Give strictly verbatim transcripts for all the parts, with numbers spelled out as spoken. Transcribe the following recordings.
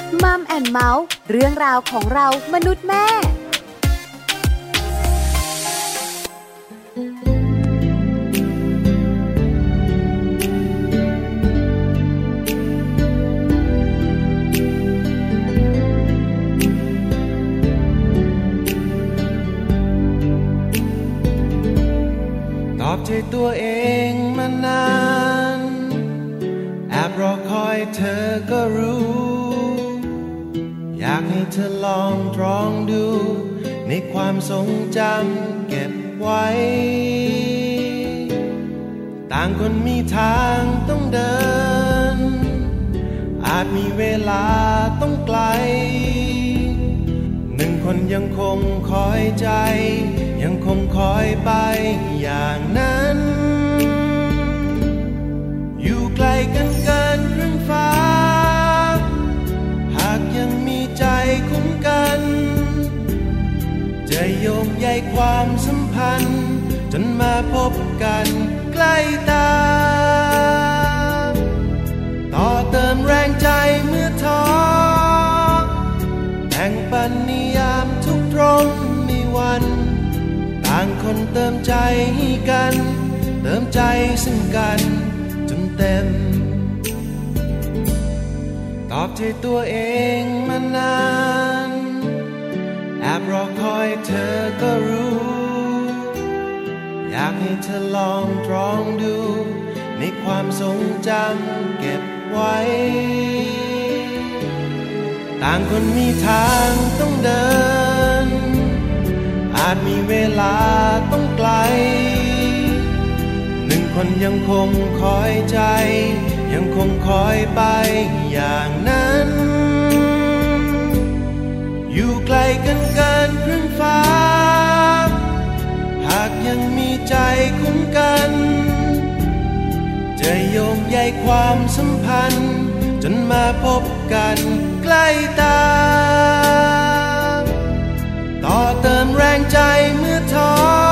มัมแอนด์เมาส์เรื่องราวของเรามนุษย์แม่ตอบใจตัวเองมานานแอบรอคอยเธอก็รู้อยากให้เธอลองตรองดูในความทรงจำเก็บไว้ต่างคนมีทางต้องเดินอาจมีเวลาต้องไกลหนึ่งคนยังคงคอยใจยังคงคอยไปอย่างนั้นอยู่ไกลกันเกินครึ่งฟ้าหากยังมีใจคุ้มกันจะโยงใยความสัมพันธ์จนมาพบกันใกล้ตาต่อเติมแรงใจเมื่อท้อแบ่งปันนิยามทุกตรงมีวันต่างคนเติมใจให้กันเติมใจซึ่งกันจนเต็มตอบใจตัวเองมานานแอบรอคอยเธอก็รู้อยากให้เธอลองตรองดูในความทรงจำเก็บไว้ต่างคนมีทางต้องเดินอาจมีเวลาต้องไกลหนึ่งคนยังคงคอยใจยังคงคอยไปอย่างนั้นอยู่ไกลกันเกินครึ่งฟ้าหากยังมีใจคุ้มกันจะโยงใยความสัมพันธ์จนมาพบกันใกล้ตาต่อเติมแรงใจเมื่อท้อ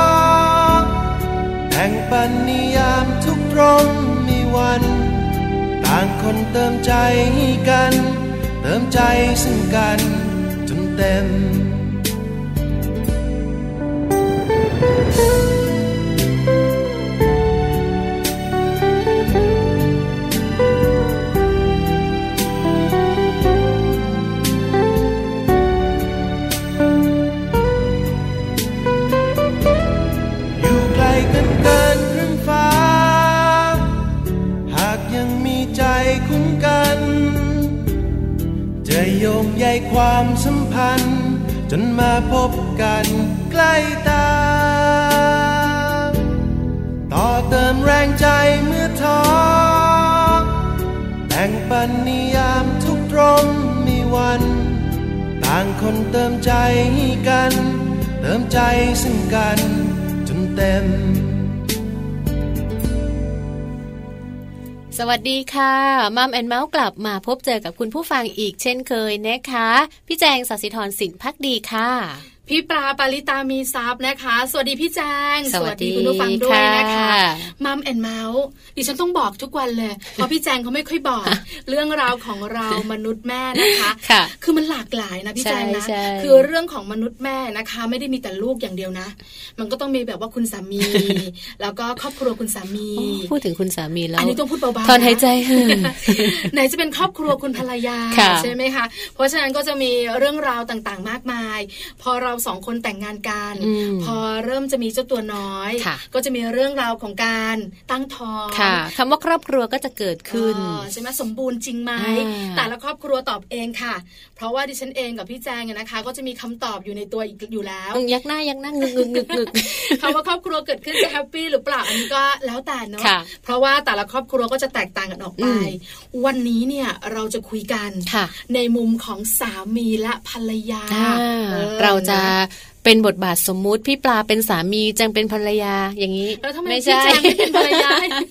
แบ่งปันนิยามทุกตรงมีวันต่างคนเติมใจให้กันเติมใจซึ่งกันจนเต็มโยงใยความสัมพันธ์จนมาพบกันใกล้ตาต่อเติมแรงใจเมื่อท้อแบ่งปันนิยามทุกตรงมีวันต่างคนเติมใจให้กันเติมใจซึ่งกันจนเต็มสวัสดีค่ะมัมแอนด์เมาส์กลับมาพบเจอกับคุณผู้ฟังอีกเช่นเคยนะคะพี่แจงศศิธรสินภักดีค่ะพี่ปลาปาริตามีซับนะคะสวัสดีพี่แจงสวัสดีคุณผู้ฟังด้วยนะคะมัมแอนด์เมาส์ดิฉันต้องบอกทุกวันเลยเพราะพี่แจงเขาไม่ค่อยบอกเรื่องราวของเรามนุษย์แม่นะคะคือมันหลากหลายนะพี่แจงนะคือเรื่องของมนุษย์แม่นะคะไม่ได้มีแต่ลูกอย่างเดียวนะมันก็ต้องมีแบบว่าคุณสามีแล้วก็ครอบครัวคุณสามีพูดถึงคุณสามีแล้วอันนี้ต้องพูดเบาๆถอนหายใจไหนจะเป็นครอบครัวคุณภรรยาใช่ไหมคะเพราะฉะนั้นก็จะมีเรื่องราวต่างๆมากมายพอเราสองคนแต่งงานกันพอเริ่มจะมีเจ้าตัวน้อยก็จะมีเรื่องราวของการตั้งท้องคำว่าครอบครัวก็จะเกิดขึ้นใช่ไหมสมบูรณ์จริงไหมแต่ละครอบครัวตอบเองค่ะเพราะว่าดิฉันเองกับพี่แจงนะคะก็จะมีคำตอบอยู่ในตัวอีกอยู่แล้วยักหน้ายักหน้างึกงึกงึกงึกคำว่าครอบครัวเกิดขึ้นจะแฮปปี้หรือเปล่าอันนี้ก็แล้วแต่เนาะเพราะว่าแต่ละครอบครัวก็จะแตกต่างกันออกไปวันนี้เนี่ยเราจะคุยกันในมุมของสามีและภรรยาเราจะเป็นบทบาทสมมุติพี่ปลาเป็นสามีแจงเป็นภรรยาอย่างนี้ไม่ใช่แจงเป็นภรรยา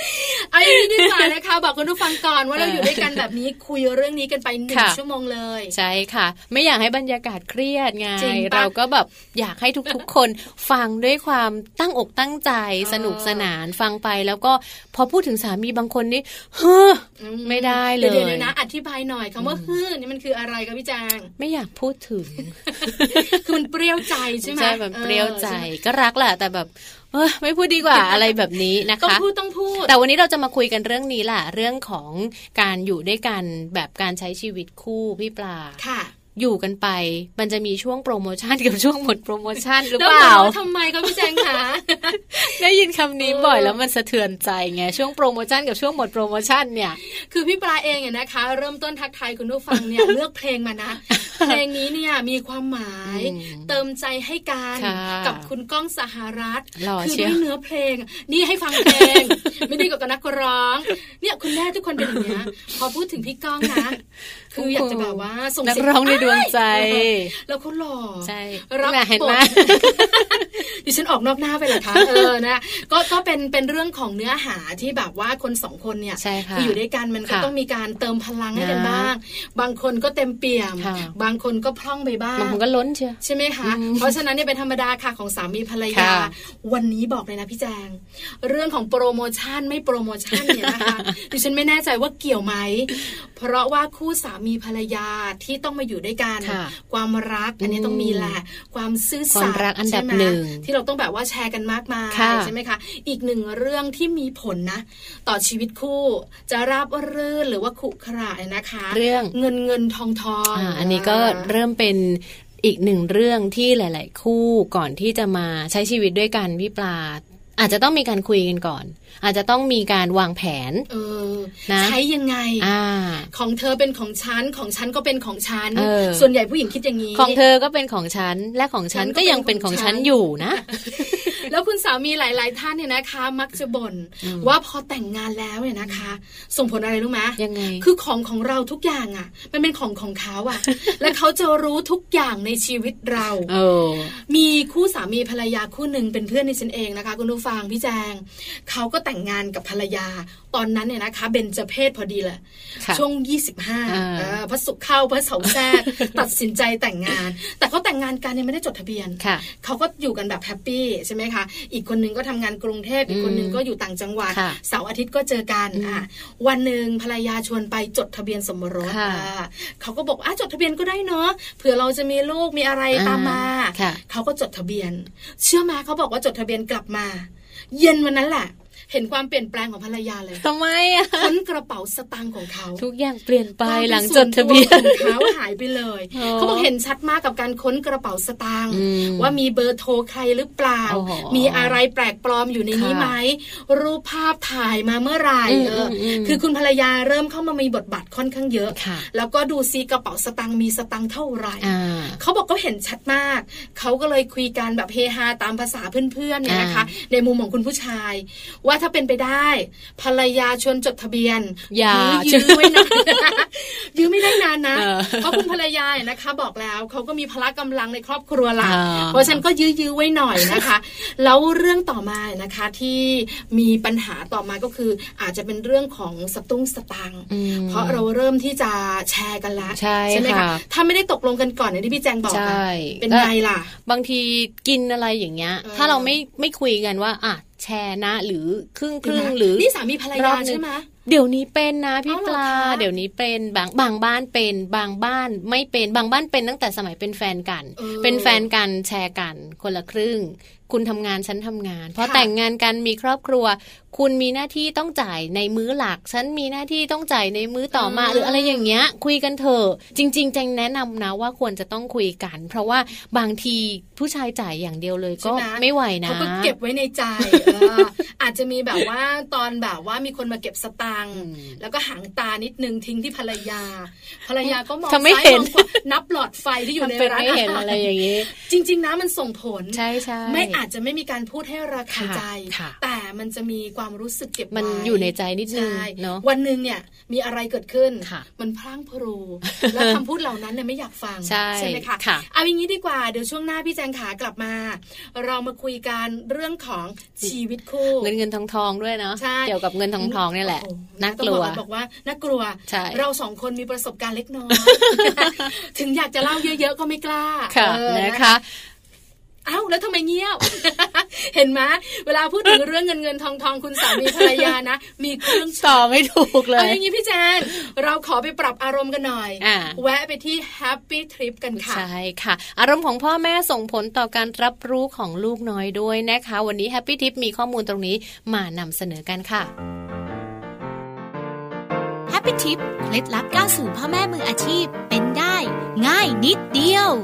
เอาอย่างนี้ดีกว่านะคะบอกคุณผู้ฟังก่อนว่าเราอยู่ด้วยกันแบบนี้คุยเรื่องนี้กันไปหนึ่งชั่วโมงเลยใช่ค่ะไม่อยากให้บรรยากาศเครียดไงเราก็แบบอยากให้ทุกๆคนฟังด้วยความตั้งอกตั้งใจสนุกสนานฟังไปแล้วก็พอพูดถึงสามีบางคนนี่เฮ้อไม่ได้เลยเดี๋ยวๆนะอธิบายหน่อยคำว่าเฮ้อนี่มันคืออะไรคะพี่จางไม่อยากพูดถึงคือมันเปรี้ยวใจใช่ไหมใช่แบบเปรี้ยวใจก็รักแหละแต่แบบเออไม่พูดดีกว่าอะไรแบบนี้นะคะต้องพูดต้องพูดแต่วันนี้เราจะมาคุยกันเรื่องนี้แหละเรื่องของการอยู่ด้วยกันแบบการใช้ชีวิตคู่พี่ปลาค่ะอยู่กันไปมันจะมีช่วงโปรโมชั่นกับช่วงหมดโปรโมชั่นหรือเปล่าทำไมคะพี่แจงคะได้ยินคำนี้บ่อยแล้วมันสะเทือนใจไงช่วงโปรโมชั่นกับช่วงหมดโปรโมชั่นเนี่ยคือพี่ปลาเองเนี่ยนะคะเริ่มต้นทักทายคุณผู้ฟังเนี่ยเลือกเพลงมานะเพลงนี้เนี่ยมีความหมายเติมใจให้กันกับคุณก้องสหรัฐคือด้วยเนื้อเพลงนี่ให้ฟังเพลงไม่ดีกว่ากับนักร้องเนี่ยคุณแม่ทุกคนเป็นอย่างเงี้ยพอพูดถึงพี่ก้องนะคืออยากจะแบบว่าส่งเสียงนักร้องในดวงใจแล้วเขาหล่อใช่รับบทดิฉันออกนอกหน้าไปเหรอคะเออนะก็ก็เป็นเป็นเรื่องของเนื้อหาที่แบบว่าคนสองคนเนี่ยคืออยู่ด้วยกันมันก็ต้องมีการเติมพลังให้กันบ้างบางคนก็เต็มเปี่ยมบางคนก็พร่องไปบ้างบางคนก็ล้นเชียวใช่ไหมคะเพราะฉะนั้นเนี่ยเป็นธรรมดาค่ะของสามีภรรยาวันนี้บอกเลยนะพี่แจงเรื่องของโปรโมชั่นไม่โปรโมชั่นเนี่ยนะคะดิฉันไม่แน่ใจว่าเกี่ยวไหมเพราะว่าคู่สามีภรรยาที่ต้องมาอยู่ด้วยกันความรักอันนี้ต้องมีแหละความซื่อสัตย์ความรักอันดับหนึ่งที่เราต้องแบบว่าแชร์กันมากมายใช่ไหมคะอีกหนึ่งเรื่องที่มีผลนะต่อชีวิตคู่จะราบรื่นหรือว่าขรุขระนะคะเรื่องเงินเงินทองทองอ่าอันนี้ก็เริ่มเป็นอีกหนึ่งเรื่องที่หลายๆคู่ก่อนที่จะมาใช้ชีวิตด้วยกันพี่ปลาอาจจะต้องมีการคุยกันก่อนอาจจะต้องมีการวางแผนเออนะใช้ยังไงอ่าของเธอเป็นของฉันของฉันก็เป็นของฉันส่วนใหญ่ผู้หญิงคิดอย่างนี้ของเธอก็เป็นของฉันและของฉันก็ยังเป็นของฉันอยู่นะแล้วคุณสามีหลายๆท่านเนี่ยนะคะมักจะบ่นว่าพอแต่งงานแล้วเนี่ยนะคะส่งผลอะไรรู้ไหมยังไงคือของของเราทุกอย่างอ่ะมันเป็นของของเขาอ่ะและเขาจะรู้ทุกอย่างในชีวิตเรามีคู่สามีภรรยาคู่หนึ่งเป็นเพื่อนในฉันเองนะคะคุณผู้ฟังพี่แจงเขาก็แต่งงานกับภรรยาตอนนั้นเนี่ยนะคะเบญจเพศพอดีเลยช่วงยี่สิบห้าเออพระศุกร์เข้าพระเสาร์แทรกตัดสินใจแต่งงานแต่เขาแต่งงานกันเนี่ยไม่ได้จดทะเบียนเขาก็อยู่กันแบบแฮปปี้ใช่ไหมคะอีกคนนึงก็ทำงานกรุงเทพอีกคนนึงก็อยู่ต่างจังหวัดเสาร์อาทิตย์ก็เจอกันอ่ะวันหนึ่งภรรยาชวนไปจดทะเบียนสมรสเขาก็บอกอ่ะจดทะเบียนก็ได้เนาะเผื่อเราจะมีลูกมีอะไรตามมาเขาก็จดทะเบียนเชื่อไหมเขาบอกว่าจดทะเบียนกลับมาเย็นวันนั้นแหละเห็นความเปลี่ยนแปลงของภรรยาเลยทำไมอ่ะค้นกระเป๋าสตางค์ของเขาทุกอย่างเปลี่ยนไปหลังจดทะเบียนของเขาหายไปเลยเขาบอกเห็นชัดมากกับการค้นกระเป๋าสตางค์ว่ามีเบอร์โทรใครหรือเปล่ามีอะไรแปลกปลอมอยู่ในนี้ไหมรูปภาพถ่ายมาเมื่อไหร่เออคือคุณภรรยาเริ่มเข้ามามีบทบาทค่อนข้างเยอะแล้วก็ดูซีกระเป๋าสตางค์มีสตางค์เท่าไหร่เขาบอกก็เห็นชัดมากเขาก็เลยคุยกันแบบเฮฮาตามภาษาเพื่อนๆเนี่ยนะคะในมุมของคุณผู้ชายว่าถ้าเป็นไปได้ภรรยาชวนจดทะเบียนอย่ายื้อไว้นานยื้อไม่ได้นานนะเพราะคุณภรรยาเนี่ยนะคะบอกแล้วเขาก็มีพละกำลังในครอบครัวล่ะเพราะฉันก็ยื้อยื้อไว้หน่อยนะคะแล้วเรื่องต่อมานะคะที่มีปัญหาต่อมาก็คืออาจจะเป็นเรื่องของสตุ้งสตังเพราะเราเริ่มที่จะแชร์กันแล้วใช่ไหมคะถ้าไม่ได้ตกลงกันก่อนเนี่ยที่พี่แจงบอกเป็นไงล่ะบางทีกินอะไรอย่างเงี้ยถ้าเราไม่ไม่คุยกันว่าอ่ะแชร์นะหรือครึ่งครึ่งหรือนี่สามีภรรยาใช่ไหมเดี๋ยวนี้เป็นนะพี่ปลาเดี๋ยวนี้เป็นบางบางบ้านเป็นบางบ้านไม่เป็นบางบ้านเป็นตั้งแต่สมัยเป็นแฟนกันเป็นแฟนกันแชร์กันคนละครึ่งคุณทำงานฉันทำงานพอแต่งงานกันมีครอบครัวคุณมีหน้าที่ต้องจ่ายในมื้อหลักฉันมีหน้าที่ต้องจ่ายในมื้อต่อมาหรืออะไรอย่างเงี้ยคุยกันเถอะจริงๆแจงแนะนำนะว่าควรจะต้องคุยกันเพราะว่าบางทีผู้ชายจ่ายอย่างเดียวเลยก็ไม่ไหวนะเขาก็เก็บไว้ในใจ อาจจะมีแบบว่าตอนแบบว่ามีคนมาเก็บสตางค์แล้วก็หางตานิดนึงทิ้งที่ภรรยาภรรยาก็มองซ้ายมองขวานับหลอดไฟที่อยู่ในร้านอาหารอะไรอย่างงี้จริงๆนะมันส่งผลใช่ๆไม่อาจอาจจะไม่มีการพูดให้ระคายใจแต่มันจะมีความรู้สึกเก็บไว้มันอยู่ในใจนิดนึงเนาะวันนึงเนี่ยมีอะไรเกิดขึ้นมันพรั่งพรูแล้วคำพูดเหล่านั้นเนี่ยไม่อยากฟังใช่ไหมคะเอาอย่างนี้ดีกว่าเดี๋ยวช่วงหน้าพี่แจงขากลับมาเรามาคุยกันเรื่องของชีวิตคู่เงินเงินทองทองด้วยเนาะเกี่ยวกับเงินทองทองนี่แหละน่ากลัวบอกว่าน่ากลัวเราสองคนมีประสบการณ์เล็กน้อยถึงอยากจะเล่าเยอะๆก็ไม่กล้านะคะอ้าวแล้วทำไมเงียบ เห็นไหมเวลาพูดถึงเรื่องเงินเงินทองทองคุณสามีภรรยานะมีเครื่องต่อไม่ถูกเลยเอาอย่างนี้พี่แจงเราขอไปปรับอารมณ์กันหน่อยแวะไปที่ Happy Trip กันค่ะใช่ค่ะอารมณ์ของพ่อแม่ส่งผลต่อการรับรู้ของลูกน้อยด้วยนะคะวันนี้ Happy Trip มีข้อมูลตรงนี้มานำเสนอกันค่ะ Happy Trip เคล็ดลับก้าวสู่พ่อแม่มืออาชีพเป็นได้ง่ายนิดเดียว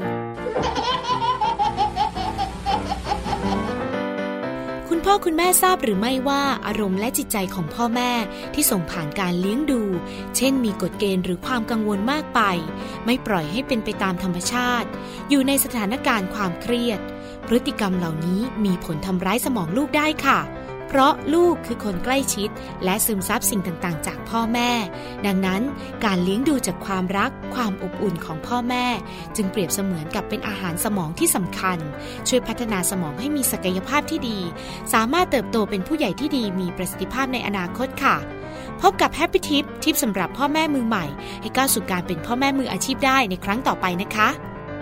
คุณพ่อคุณแม่ทราบหรือไม่ว่าอารมณ์และจิตใจของพ่อแม่ที่ส่งผ่านการเลี้ยงดูเช่นมีกฎเกณฑ์หรือความกังวลมากไปไม่ปล่อยให้เป็นไปตามธรรมชาติอยู่ในสถานการณ์ความเครียดพฤติกรรมเหล่านี้มีผลทำร้ายสมองลูกได้ค่ะเพราะลูกคือคนใกล้ชิดและซึมซับสิ่งต่างๆจากพ่อแม่ดังนั้นการเลี้ยงดูจากความรักความอบอุ่นของพ่อแม่จึงเปรียบเสมือนกับเป็นอาหารสมองที่สำคัญช่วยพัฒนาสมองให้มีศักยภาพที่ดีสามารถเติบโตเป็นผู้ใหญ่ที่ดีมีประสิทธิภาพในอนาคตค่ะพบกับ Happy Tip ทิปสำหรับพ่อแม่มือใหม่ให้ก้าวสู่การเป็นพ่อแม่มืออาชีพได้ในครั้งต่อไปนะคะ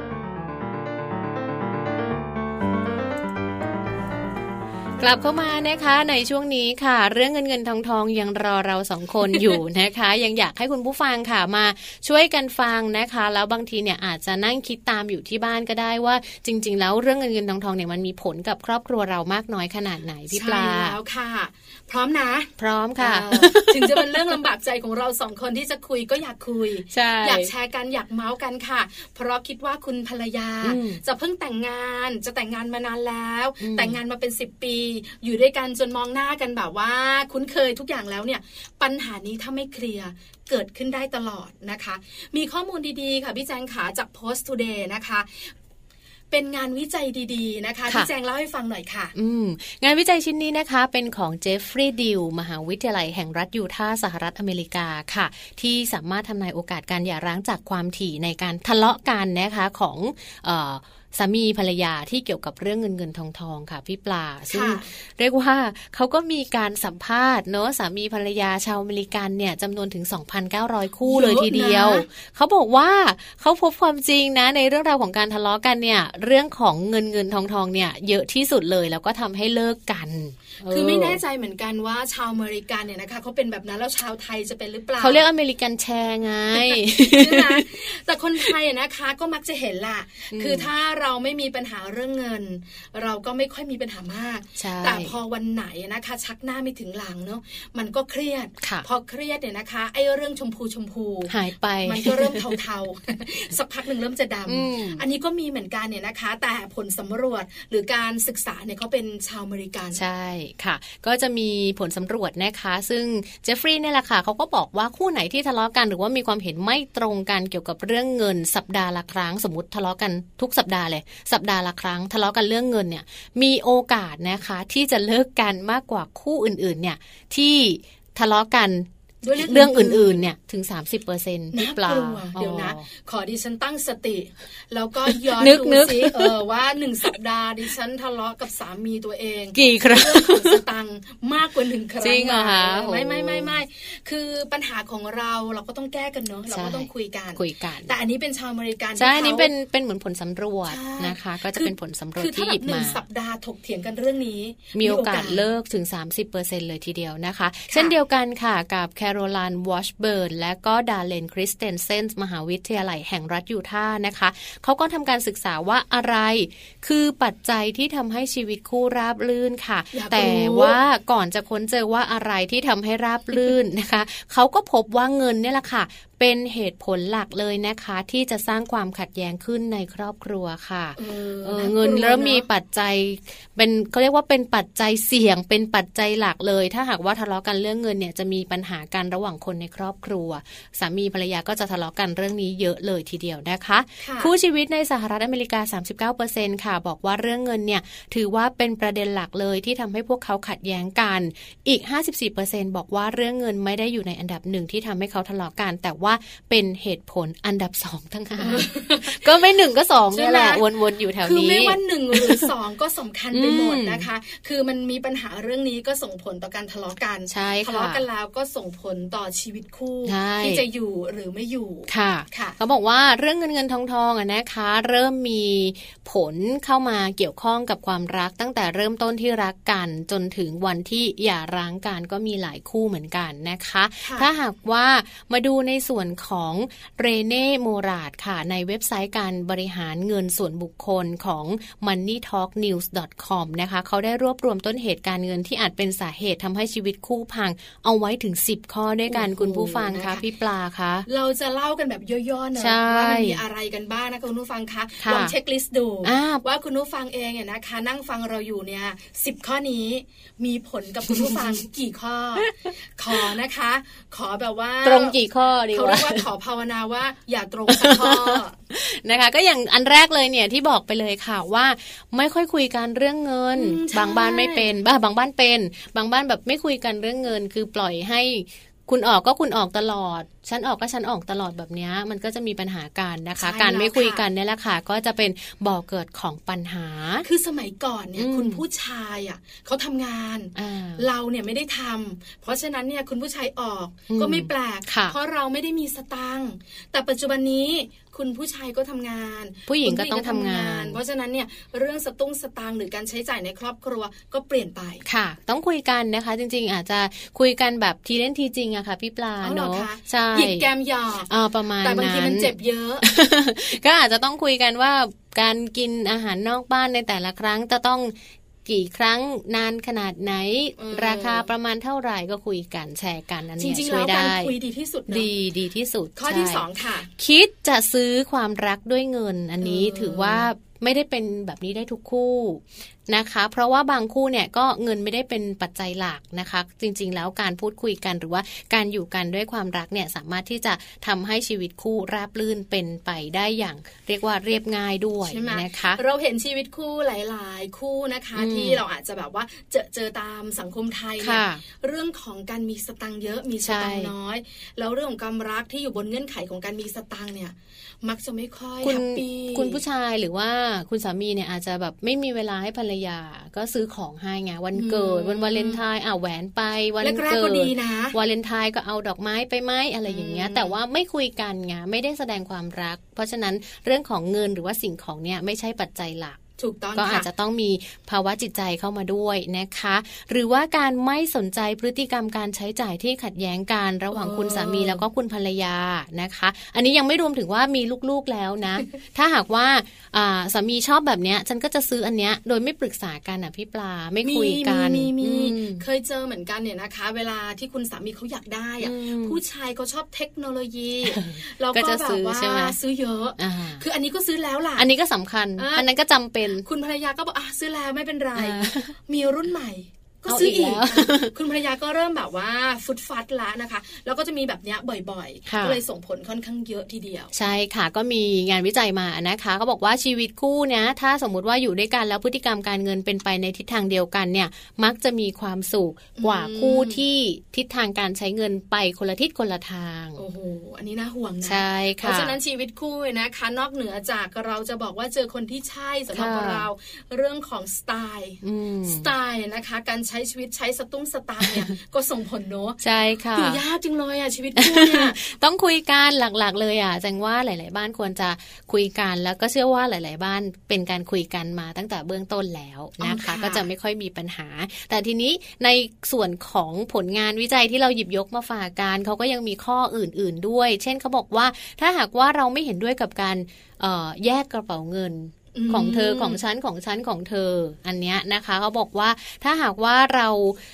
กลับเข้ามานะคะในช่วงนี้ค่ะเรื่องเงินเงินทองทองยังรอเราสองคนอยู่นะคะยังอยากให้คุณผู้ฟังค่ะมาช่วยกันฟังนะคะแล้วบางทีเนี่ยอาจจะนั่งคิดตามอยู่ที่บ้านก็ได้ว่าจริงๆแล้วเรื่องเงินเงินทองทองเนี่ยมันมีผลกับครอบครัวเรามากน้อยขนาดไหนพี่ปลาใช่แล้วค่ะพร้อมนะพร้อมค่ะถึงจะเป็นเรื่องลำบากใจของเราสองคนที่จะคุยก็อยากคุยอยากแชร์กันอยากเมาส์กันค่ะเพราะคิดว่าคุณภรรยาจะเพิ่งแต่งงานจะแต่งงานมานานแล้วแต่งงานมาเป็นสิบปีอยู่ด้วยกันจนมองหน้ากันแบบว่าคุ้นเคยทุกอย่างแล้วเนี่ยปัญหานี้ถ้าไม่เคลียร์เกิดขึ้นได้ตลอดนะคะมีข้อมูลดีๆค่ะพี่แจงขาจาก Post Today นะคะเป็นงานวิจัยดีๆนะคะพี่แจงเล่าให้ฟังหน่อยค่ะอืมงานวิจัยชิ้นนี้นะคะเป็นของเจฟฟรีย์ดิลมหาวิทยาลัยแห่งรัฐยูทาห์สหรัฐอเมริกาค่ะที่สามารถทำนายโอกาสการหย่าร้างจากความถี่ในการทะเลาะกันนะคะของเอ่อสามีภรรยาที่เกี่ยวกับเรื่องเงินเงินทองทองค่ะพี่ปลาซึ่งเรียกว่าเขาก็มีการสัมภาษณ์เนาะสามีภรรยาชาวอเมริกันเนี่ยจำนวนถึง สองพันเก้าร้อย คู่เลยทีเดียวเขาบอกว่าเขาพบความจริงนะในเรื่องราวของการทะเลาะกันเนี่ยเรื่องของเงินเงินทองทองเนี่ยเยอะที่สุดเลยแล้วก็ทำให้เลิกกันคือไม่แน่ใจเหมือนกันว่าชาวอเมริกันเนี่ยนะคะเขาเป็นแบบนั้นแล้วชาวไทยจะเป็นหรือเปล่าเขาเรียกอเมริกันแชร์ไงใช่ไหมแต่คนไทยนะคะก็มักจะเห็นล่ะคือถ้าเราไม่มีปัญหาเรื่องเงินเราก็ไม่ค่อยมีปัญหามากแต่พอวันไหนนะคะชักหน้าไม่ถึงหลังเนาะมันก็เครียดพอเครียดเนี่ยนะคะไอ้เรื่องชมพูชมพูหายไปมันก็เริ่มเทาๆสักพักหนึ่งเริ่มจะดำอันนี้ก็มีเหมือนกันเนี่ยนะคะแต่ผลสำรวจหรือการศึกษาเนี่ยเขาเป็นชาวอเมริกันใช่ค่ะก็จะมีผลสำรวจนะคะซึ่งเจฟฟรีย์เนี่ยแหละค่ะเขาก็บอกว่าคู่ไหนที่ทะเลาะกันหรือว่ามีความเห็นไม่ตรงกันเกี่ยวกับเรื่องเงินสัปดาห์ละครั้งสมมติทะเลาะกันทุกสัปดาห์เลยสัปดาห์ละครั้งทะเลาะกันเรื่องเงินเนี่ยมีโอกาสนะคะที่จะเลิกกันมากกว่าคู่อื่นๆเนี่ยที่ทะเลาะกันเรื่องอื่นๆเนี่ยถึง สามสิบเปอร์เซ็นต์น่ากลัวเดี๋ยวนะขอดิฉันตั้งสติแล้วก็ย้อนดูซิเออว่าหนึ่งสัปดาห์ดิฉันทะเลาะกับสามีตัวเองกี่ครั้งสตังค์มากกว่าหนึ่งครั้งจริงเหรอคะไม่ไม่ไม่ไม่คือปัญหาของเราเราก็ต้องแก้กันเนาะเราก็ต้องคุยกันคุยกันแต่อันนี้เป็นชาวอเมริกันใช่อันนี้เป็นเป็นเหมือนผลสำรวจนะคะก็จะเป็นผลสำรวจที่หยิบมาสัปดาห์ถกเถียงกันเรื่องนี้มีโอกาสเลิกถึง สามสิบเปอร์เซ็นต์ เลยทีเดียวนะคะเช่นเดียวกันค่ะกับแคโรไลน์วอชเบิร์นและก็ดาร์เลนคริสเตนเซนส์มหาวิทยาลัยแห่งรัฐยูทาห์นะคะเขาก็ทำการศึกษาว่าอะไรคือปัจจัยที่ทำให้ชีวิตคู่ราบรื่นค่ะแต่ว่าก่อนจะค้นเจอว่าอะไรที่ทำให้ราบรื่นนะคะเขาก็พบว่าเงินเนี่ยแหละค่ะเป็นเหตุผลหลักเลยนะคะที่จะสร้างความขัดแย้งขึ้นในครอบครัวค่ะเออเออเงินเริ่มมีปัจจัยเป็นเขาเรียกว่าเป็นปัจจัยเสี่ยงเป็นปัจจัยหลักเลยถ้าหากว่าทะเลาะกันเรื่องเงินเนี่ยจะมีปัญหากันระหว่างคนในครอบครัวสามีภรรยาก็จะทะเลาะกันเรื่องนี้เยอะเลยทีเดียวนะคะคู่ชีวิตในสหรัฐอเมริกา สามสิบเก้าเปอร์เซ็นต์ ค่ะบอกว่าเรื่องเงินเนี่ยถือว่าเป็นประเด็นหลักเลยที่ทำให้พวกเขาขัดแย้งกันอีก ห้าสิบสี่เปอร์เซ็นต์ บอกว่าเรื่องเงินไม่ได้อยู่ในอันดับหนึ่งที่ทำให้เขาทะเลาะกันแต่ว่าเป็นเหตุผลอันดับสองทั้งนั้น ก็ไม่หนึ่งก็สองนี่แหละวนๆอยู่แถวนี้คือไม่ว่าหนึ่งหรือสองก็สำคัญไปหมดนะคะคือมันมีปัญหาเรื่องนี้ก็ส่งผลต่อการทะเลาะกันทะเลาะกันแล้วก็ส่งผลต่อชีวิตคู่ที่จะอยู่หรือไม่อยู่ค่ะเขาบอกว่าเรื่องเงินเงินทองทองอะนะคะเริ่มมีผลเข้ามาเกี่ยวข้องกับความรักตั้งแต่เริ่มต้นที่รักกันจนถึงวันที่หย่าร้างกันก็มีหลายคู่เหมือนกันนะคะถ้าหากว่ามาดูในส่วนของเรเน่โมราดค่ะในเว็บไซต์การบริหารเงินส่วนบุคคลของ มันนี่ทอล์กนิวส์ ดอท คอม นะคะเขาได้รวบรวมต้นเหตุการเงินที่อาจเป็นสาเหตุทำให้ชีวิตคู่พังเอาไว้ถึงสิบข้อด้วยกันคุณผู้ฟังคะพี่ปลาคะเราจะเล่ากันแบบย่อๆเนอะว่ามันมีอะไรกันบ้างนะคะคุณผู้ฟังคะลองเช็คลิสต์ดูว่าคุณผู้ฟังเองเนี่ยนะคะนั่งฟังเราอยู่เนี่ยสิบข้อนี้มีผลกับคุณผู้ฟังกี่ข้อขอนะคะขอแบบว่าตรงกี่ข้อดีวะเขาเรียกว่าขอภาวนาว่าอย่าตรงสักข้อนะคะก็อย่างอันแรกเลยเนี่ยที่บอกไปเลยค่ะว่าไม่ค่อยคุยกันเรื่องเงินบางบ้านไม่เป็นบ้าบางบ้านเป็นบางบ้านแบบไม่คุยกันเรื่องเงินคือปล่อยให้คุณออกก็คุณออกตลอดฉันออกก็ฉันออกตลอดแบบนี้มันก็จะมีปัญหากันนะคะการไม่คุยกันเนี่ยแหละค่ะก็จะเป็นบ่อเกิดของปัญหาคือสมัยก่อนเนี่ยคุณผู้ชายอ่ะเขาทำงานเราเนี่ยไม่ได้ทำเพราะฉะนั้นเนี่ยคุณผู้ชายออกก็ไม่แปลกเพราะเราไม่ได้มีสตังค์แต่ปัจจุบันนี้คุณผู้ชายก็ทำงานผู้หญิงก็ต้องทำงานเพราะฉะนั้นเนี่ยเรื่องสตุ้งสตางค์หรือการใช้จ่ายในครอบครัวก็เปลี่ยนไปค่ะต้องคุยกันนะคะจริงๆอาจจะคุยกันแบบทีเล่นทีจริงอะค่ะพี่ปลาเนาะใช่หยิกแกมหยอกอ่าประมาณนั้นแต่บางทีมันเจ็บเยอะก็อาจจะต้องคุยกันว่าการกินอาหารนอกบ้านในแต่ละครั้งจะต้องกี่ครั้งนานขนาดไหนราคาประมาณเท่าไหร่ก็คุยกันแชร์กันอันนี้ช่วยได้จริงๆแล้วการคุยดีที่สุดเนาะดีดีที่สุดข้อที่สองค่ะคิดจะซื้อความรักด้วยเงินอันนี้ถือว่าไม่ได้เป็นแบบนี้ได้ทุกคู่นะคะเพราะว่าบางคู่เนี่ยก็เงินไม่ได้เป็นปัจจัยหลักนะคะจริงๆแล้วการพูดคุยกันหรือว่าการอยู่กันด้วยความรักเนี่ยสามารถที่จะทำให้ชีวิตคู่ราบรื่นเป็นไปได้อย่างเรียกว่าเรียบง่ายด้วยนะคะเราเห็นชีวิตคู่หลายๆคู่นะคะที่เราอาจจะแบบว่าเจอเจอตามสังคมไทยเนี่ยเรื่องของการมีสตังค์เยอะมีสตังค์น้อยแล้วเรื่องของความรักที่อยู่บนเงื่อนไขของการมีสตังค์เนี่ยมักจะไม่ค่อยแฮปปี้คุณผู้ชายหรือว่าคุณสามีเนี่ยอาจจะแบบไม่มีเวลาให้ภรรยาก็ซื้อของให้ไงวันเกิดวันวาเลนไทน์อ่ะแหวนไปวันเกิดวาเลนไทน์ก็เอาดอกไม้ไปไหมอะไรอย่างเงี้ยแต่ว่าไม่คุยกันไงไม่ได้แสดงความรักเพราะฉะนั้นเรื่องของเงินหรือว่าสิ่งของเนี่ยไม่ใช่ปัจจัยหลักถูกต้องก็อาจจะต้องมีภาวะจิตใจเข้ามาด้วยนะคะหรือว่าการไม่สนใจพฤติกรรมการใช้จ่ายที่ขัดแย้งกันระหว่างคุณสามีแล้วก็คุณภรรยานะคะอันนี้ยังไม่รวมถึงว่ามีลูกๆแล้วนะ ถ้าหากว่าสามีชอบแบบเนี้ยฉันก็จะซื้ออันเนี้ยโดยไม่ปรึกษากันอ่ะพี่ปลาไม่คุยกันมีมีเคยเจอเหมือนกันเนี่ยนะคะเวลาที่คุณสามีเขาอยากได้อ่ะผู้ชายเขาชอบเทคโนโลยีเราก็แบบว่าซื้อเยอะคืออันนี้ก็ซื้อแล้วล่ะอันนี้ก็สำคัญอันนั้นก็จำเป็นคุณภรรยาก็บอกอ่ะซื้อแล้วไม่เป็นไรมีรุ่นใหม่ก็ซื้ออีกคุณภรรยาก็เริ่มแบบว่าฟุดฟัดละนะคะแล้วก็จะมีแบบนี้บ่อยๆก็เลยส่งผลค่อนข้างเยอะทีเดียวใช่ค่ะก็มีงานวิจัยมานะคะเขาบอกว่าชีวิตคู่เนี่ยถ้าสมมุติว่าอยู่ด้วยกันแล้วพฤติกรรมการเงินเป็นไปในทิศทางเดียวกันเนี่ยมักจะมีความสุขกว่าคู่ที่ทิศทางการใช้เงินไปคนละทิศคนละทางโอ้โหอันนี้น่าห่วงนะใช่ค่ะเพราะฉะนั้นชีวิตคู่นะคะนอกเหนือจากเราจะบอกว่าเจอคนที่ใช่สำหรับเราเรื่องของสไตล์สไตล์นะคะการใช้ชีวิตใช้สตุ้งสตางค์เนี่ยก็ส่งผลเนอะใช่ค่ะอยู่ยากจริงเลยอ่ะชีวิตคู่เนี่ยต้องคุยกันหลักๆเลยอ่ะแจ้งว่าหลายๆบ้านควรจะคุยกันแล้วก็เชื่อว่าหลายๆบ้านเป็นการคุยกันมาตั้งแต่เบื้องต้นแล้วนะคะก็จะไม่ค่อยมีปัญหาแต่ทีนี้ในส่วนของผลงานวิจัยที่เราหยิบยกมาฝากกันเขาก็ยังมีข้ออื่นๆด้วยเช่นเขาบอกว่าถ้าหากว่าเราไม่เห็นด้วยกับการแยกกระเป๋าเงินของเธอของฉันของฉันของเธออันเนี้ยนะคะเขาบอกว่าถ้าหากว่าเรา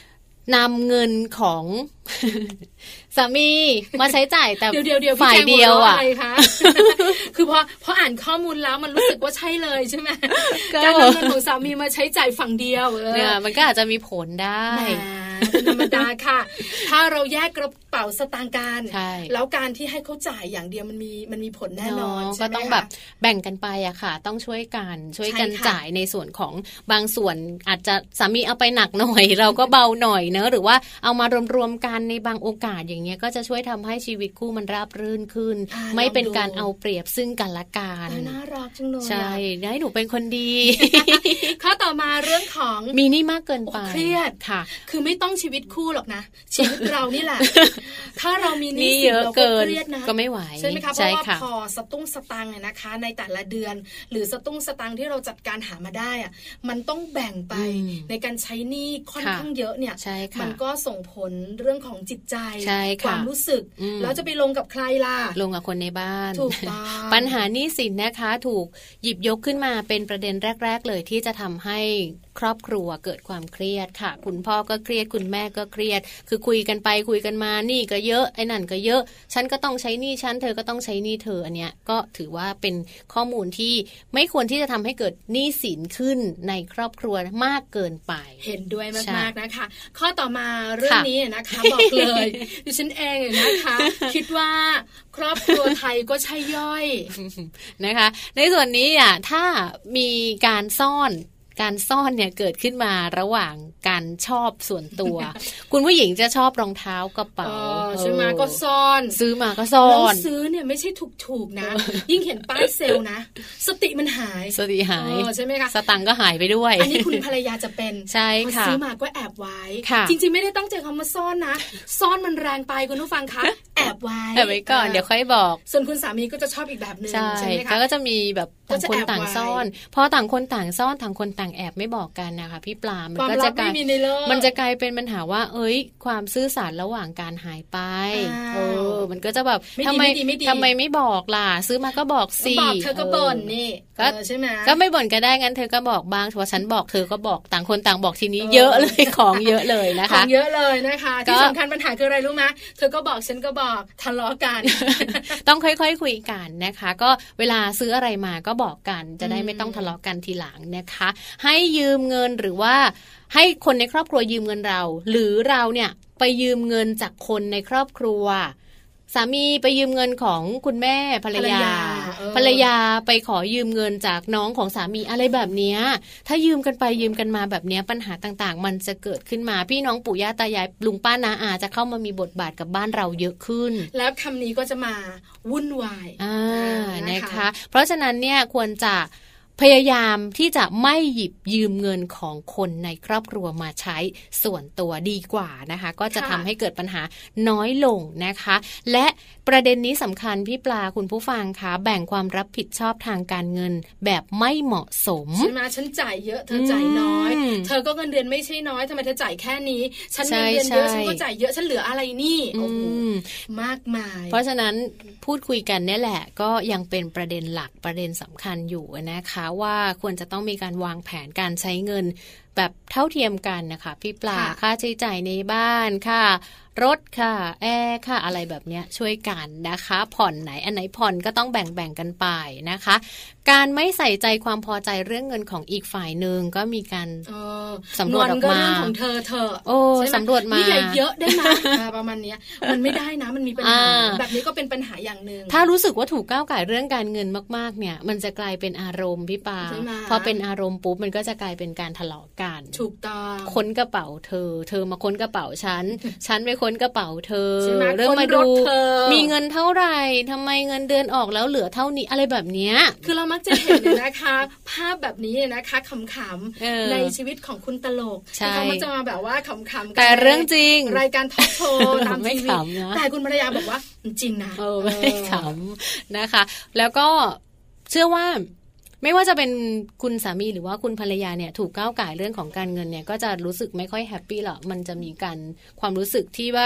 นำเงินของ สามีมาใช้จ่ายแต่เดี๋ยวๆๆฝ่ายเดียวอ่ะคือพอพออ่านข้อมูลแล้วมันรู้สึกว่าใช่เลยใช่ไหมการนำเงินของสามีมาใช้จ่ายฝั่งเดียวเนี่ยมันก็อาจจะมีผลได้ธรรมดาค่ะถ้าเราแยกกระเป๋าสตางค์กันแล้วการที่ให้เขาจ่ายอย่างเดียวมันมีมันมีผลแน่นอนก็ต้องแบบแบ่งกันไปอะค่ะต้องช่วยกันช่วยกันจ่ายในส่วนของบางส่วนอาจจะสามีเอาไปหนักหน่อยเราก็เบาหน่อยเนอะหรือว่าเอามารวมๆกันในบางโอกาสอย่างเงี้ยก็จะช่วยทำให้ชีวิตคู่มันราบรื่นขึ้นไม่เป็นการเอาเปรียบซึ่งกันและกันน่ารักจังเลยใช่ให้หนูเป็นคนดีข้อต่อมาเรื่องของมีนี่มากเกินไปเครียดค่ะคือไม่ต้องชีวิตคู่หรอกนะชีวิตเรานี่แหละถ้าเรามีหนี้เยอะเกินก็ไม่ไหวใช่ไหมคะเพราะว่าพอสตุ้งสตังค์เนี่ยนะคะในแต่ละเดือนหรือสตุ้งสตังค์ที่เราจัดการหามาได้อะมันต้องแบ่งไปในการใช้หนี้ค่อนข้างเยอะเนี่ยมันก็ส่งผลเรื่องของจิตใจความรู้สึกแล้วจะไปลงกับใครล่ะลงกับคนในบ้านถูกต้องปัญหาหนี้สินนะคะถูกหยิบยกขึ้นมาเป็นประเด็นแรกๆเลยที่จะทำให้ครอบครัวเกิดความเครียดค่ะคุณพ่อก็เครียดคุณแม่ก็เครียดคือคุยกันไปคุยกันมานี่ก็เยอะไอ้นั่นก็เยอะฉันก็ต้องใช้หนี้ฉันเธอก็ต้องใช้หนี้เธออันเนี้ยก็ถือว่าเป็นข้อมูลที่ไม่ควรที่จะทำให้เกิดหนี้สินขึ้นในครอบครัวมากเกินไปเห็นด้วยมากๆนะคะข้อต่อมาเรื่องนี้นะคะบอกเลยดิฉันเองนะคะคิดว่าครอบครัวไทยก็ใช่ย่อยนะคะในส่วนนี้อ่ะถ้ามีการซ่อนการซ่อนเนี่ยเกิดขึ้นมาระหว่างการชอบส่วนตัว คุณผู้หญิงจะชอบรองเท้ากระเป๋าใช่ไหมก็ซ่อนซื้อมาก็ซ่อนแล้วซื้อเนี่ยไม่ใช่ถูกๆนะยิ่งเห็นป้ายเซลล์นะสติมันหายสติหายใช่ไหมคะสตังค์ก็หายไปด้วยอันนี้คุณภรรยาจะเป็นใช่ค่ะซื้อมาก็แอบไว้จริงๆไม่ได้ตั้งใจคำว่าซ่อนนะซ่อนมันแรงไปคุณผู้ฟังคะแอบไว้แอบไว้ก่อนเดี๋ยวค่อยบอกส่วนคุณสามีก็จะชอบอีกแบบนึงใช่ไหมคะก็จะมีแบบต่างคนต่างซ่อนพอต่างคนต่างซ่อนต่างคนต่างแอบไม่บอกกันนะคะพี่ปลามันก็จะกลายมันจะกลายเป็นปัญหาว่าเอ้ยความซื่อสัตย์ระหว่างการหายไปเออมันก็จะแบบทำไมทำไมไม่บอกล่ะซื้อมาก็บอกสิบอกเธอก็บ่นนี่ก็ใช่ไหมก็ไม่บ่นก็ได้งั้นเธอก็บอกบ้างเพราะฉันบอกเธอก็บอกต่างคนต่างบอกทีนี้เยอะเลยของเยอะเลยนะคะของเยอะเลยนะคะที่สำคัญปัญหาคืออะไรรู้ไหมเธอก็บอกฉันก็บอกทะเลาะกันต้องค่อยๆคุยกันนะคะก็เวลาซื้ออะไรมาก็บอกกันจะได้ไม่ต้องทะเลาะกันทีหลังนะคะให้ยืมเงินหรือว่าให้คนในครอบครัวยืมเงินเราหรือเราเนี่ยไปยืมเงินจากคนในครอบครัวสามีไปยืมเงินของคุณแม่ภรรยาภรรยาไปขอยืมเงินจากน้องของสามีอะไรแบบนี้ถ้ายืมกันไปยืมกันมาแบบนี้ปัญหาต่างๆมันจะเกิดขึ้นมาพี่น้องปู่ย่าตายายลุงป้าน้าอาจะเข้ามามีบทบาทกับบ้านเราเยอะขึ้นแล้วคำนี้ก็จะมาวุ่นวายอ่านะคะเพราะฉะนั้นเนี่ยควรจะพยายามที่จะไม่หยิบยืมเงินของคนในครอบครัวมาใช้ส่วนตัวดีกว่านะคะก็จะทำให้เกิดปัญหาน้อยลงนะคะและประเด็นนี้สำคัญพี่ปลาคุณผู้ฟังคะแบ่งความรับผิดชอบทางการเงินแบบไม่เหมาะสมใช่ไหมฉันจ่ายเยอะเธอจ่ายน้อยเธอก็เงินเดือนไม่ใช่น้อยทำไมเธอจ่ายแค่นี้ฉันเงินเดือนเยอะฉันก็จ่ายเยอะฉันเหลืออะไรนี่โอ้โหมากมายเพราะฉะนั้นพูดคุยกันนี่แหละก็ยังเป็นประเด็นหลักประเด็นสำคัญอยู่นะคะว่าควรจะต้องมีการวางแผนการใช้เงินแบบเท่าเทียมกันนะคะพี่ปลาค่าใช้จ่ายในบ้านค่ะรถค่ะแอร์ค่ะอะไรแบบนี้ช่วยกันนะคะผ่อนไหนอันไหนผ่อนก็ต้องแบ่งๆกันไปนะคะการไม่ใส่ใจความพอใจเรื่องเงินของอีกฝ่ายนึงก็มีการสำรวจออกมาเรื่องของเธอเธอโอ้สำรวจมานี่ใหญ่เยอะได้ไหมประมาณนี้มันไม่ได้นะมันมีปัญหาแบบนี้ก็เป็นปัญหาอย่างนึงถ้ารู้สึกว่าถูกก้าวก่ายเรื่องการเงินมากๆเนี่ยมันจะกลายเป็นอารมณ์พี่ปาพอเป็นอารมณ์ปุ๊บมันก็จะกลายเป็นการทะเลาะกันถูกต้องค้นกระเป๋าเธอเธอมาค้นกระเป๋าฉันฉันไปค้นกระเป๋าเธอเริ่มมาดูมีเงินเท่าไหร่ทำไมเงินเดือนออกแล้วเหลือเท่านี้อะไรแบบเนี้ยคือเรามักจะเห็นนะคะภาพแบบนี้นะคะขำๆในชีวิตของคุณตลกเขามักจะมาแบบว่าขำๆแต่เรื่องจริงรายการทอล์กโชว์ตามทีวีแต่คุณภรรยาบอกว่าจริงนะเออไม่ขำนะคะแล้วก็เชื่อว่าไม่ว่าจะเป็นคุณสามีหรือว่าคุณภรรยาเนี่ยถูกก้าวก่ายเรื่องของการเงินเนี่ยก็จะรู้สึกไม่ค่อยแฮปปี้หรอกมันจะมีการความรู้สึกที่ว่า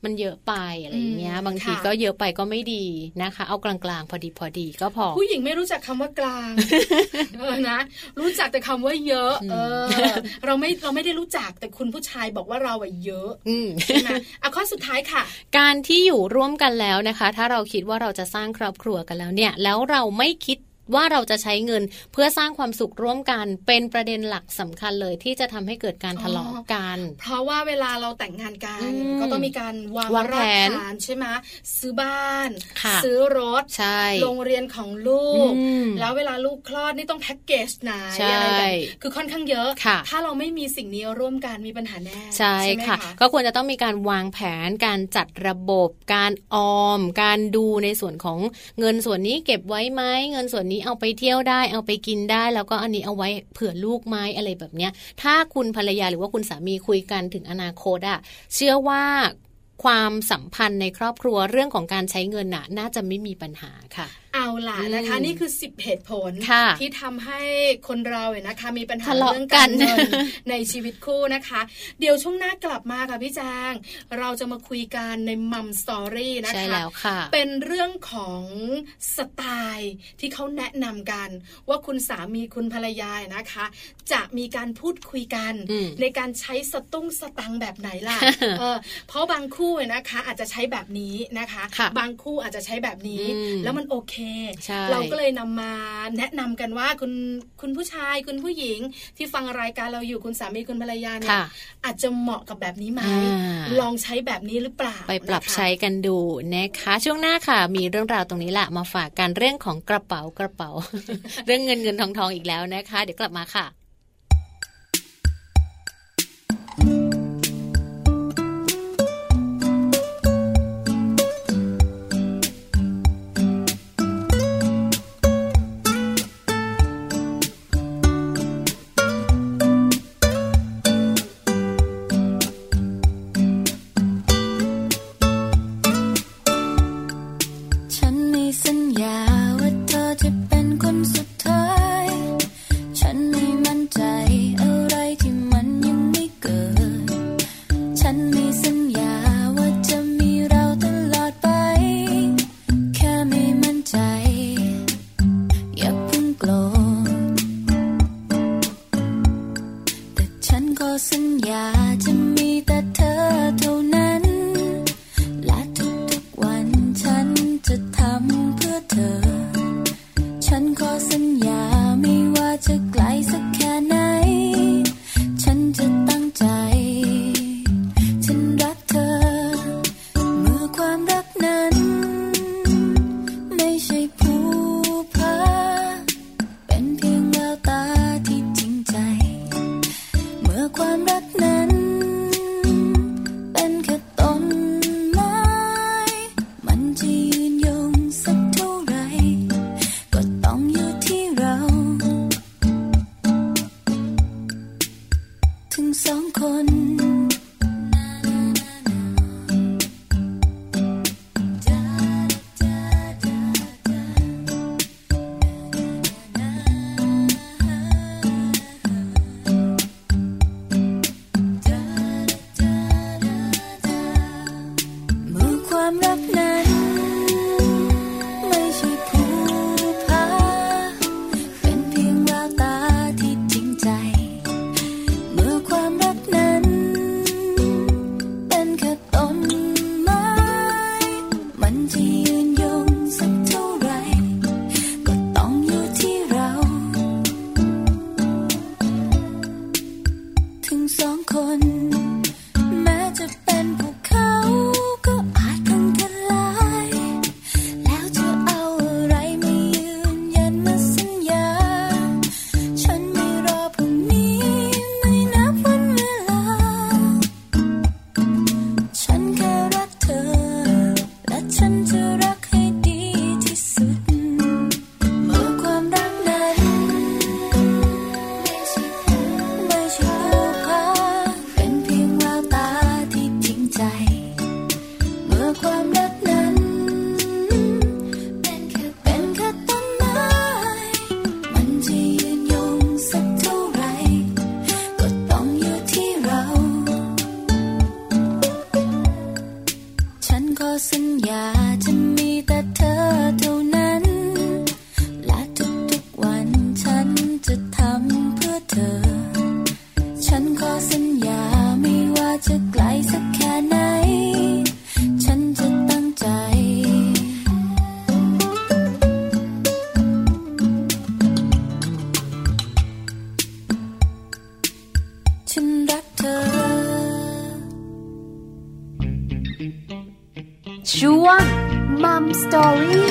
มันเยอะไปอะไรอย่างเงี้ยบางทีก็เยอะไปก็ไม่ดีนะคะเอากลางๆพอดีพอดีก็พอผู้หญิงไม่รู้จักคำว่ากลางเออนะรู้จักแต่คำว่าเยอะเออเราไม่เราไม่ได้รู้จักแต่คุณผู้ชายบอกว่าเราอะเยอะใช่ไหมเอาข้อสุดท้ายค่ะการที่อยู่ร่วมกันแล้วนะคะถ้าเราคิดว่าเราจะสร้างครอบครัวกันแล้วเนี่ยแล้วเราไม่คิดว่าเราจะใช้เงินเพื่อสร้างความสุขร่วมกันเป็นประเด็นหลักสำคัญเลยที่จะทำให้เกิดการทะเลาะกันเพราะว่าเวลาเราแต่งงานกันก็ต้องมีการวางรากฐานใช่ไหมซื้อบ้านซื้อรถโรงเรียนของลูกแล้วเวลาลูกคลอดนี่ต้องแพ็กเกจไหนอะไรแบบคือค่อนข้างเยอะถ้าเราไม่มีสิ่งนี้ร่วมกันมีปัญหาแน่ใช่ค่ะก็ควรจะต้องมีการวางแผนการจัดระบบการออมการดูในส่วนของเงินส่วนนี้เก็บไว้ไหมเงินส่วนนี้เอาไปเที่ยวได้เอาไปกินได้แล้วก็อันนี้เอาไว้เผื่อลูกไหมอะไรแบบเนี้ยถ้าคุณภรรยาหรือว่าคุณสามีคุยกันถึงอนาคตอ่ะเชื่อว่าความสัมพันธ์ในครอบครัวเรื่องของการใช้เงินน่ะน่าจะไม่มีปัญหาค่ะเอาล่ะนะคะนี่คือสิบเหตุผลที่ทำให้คนเราเนี่ยนะคะมีปัญหาเรื่องการเงินในชีวิตคู่นะคะเดี๋ยวช่วงหน้ากลับมาค่ะพี่แจงเราจะมาคุยกันในมัมสตอรี่นะคะใช่แล้วค่ะเป็นเรื่องของสไตล์ที่เขาแนะนำกันว่าคุณสามีคุณภรรยานะคะจะมีการพูดคุยกันในการใช้สตุ้งสตังแบบไหนล่ะ เออเพราะบางคู่นะคะอาจจะใช้แบบนี้นะคะบางคู่อาจจะใช้แบบนี้แล้วมันโอเคเราก็เลยนำมาแนะนำกันว่าคุณคุณผู้ชายคุณผู้หญิงที่ฟังรายการเราอยู่คุณสามีคุณภรรยาเนี่ยอาจจะเหมาะกับแบบนี้ไหมลองใช้แบบนี้หรือเปล่าไปปรับใช้กันดูนะคะช่วงหน้าค่ะมีเรื่องราวตรงนี้แหละมาฝากกันเรื่องของกระเป๋ากระเป๋า เรื่องเงินเงินทองทองอีกแล้วนะคะเดี๋ยวกลับมาค่ะจะยืนยงสักเท่าไหร่ก็ต้องอยู่ที่ช่วงมัมสตอรี่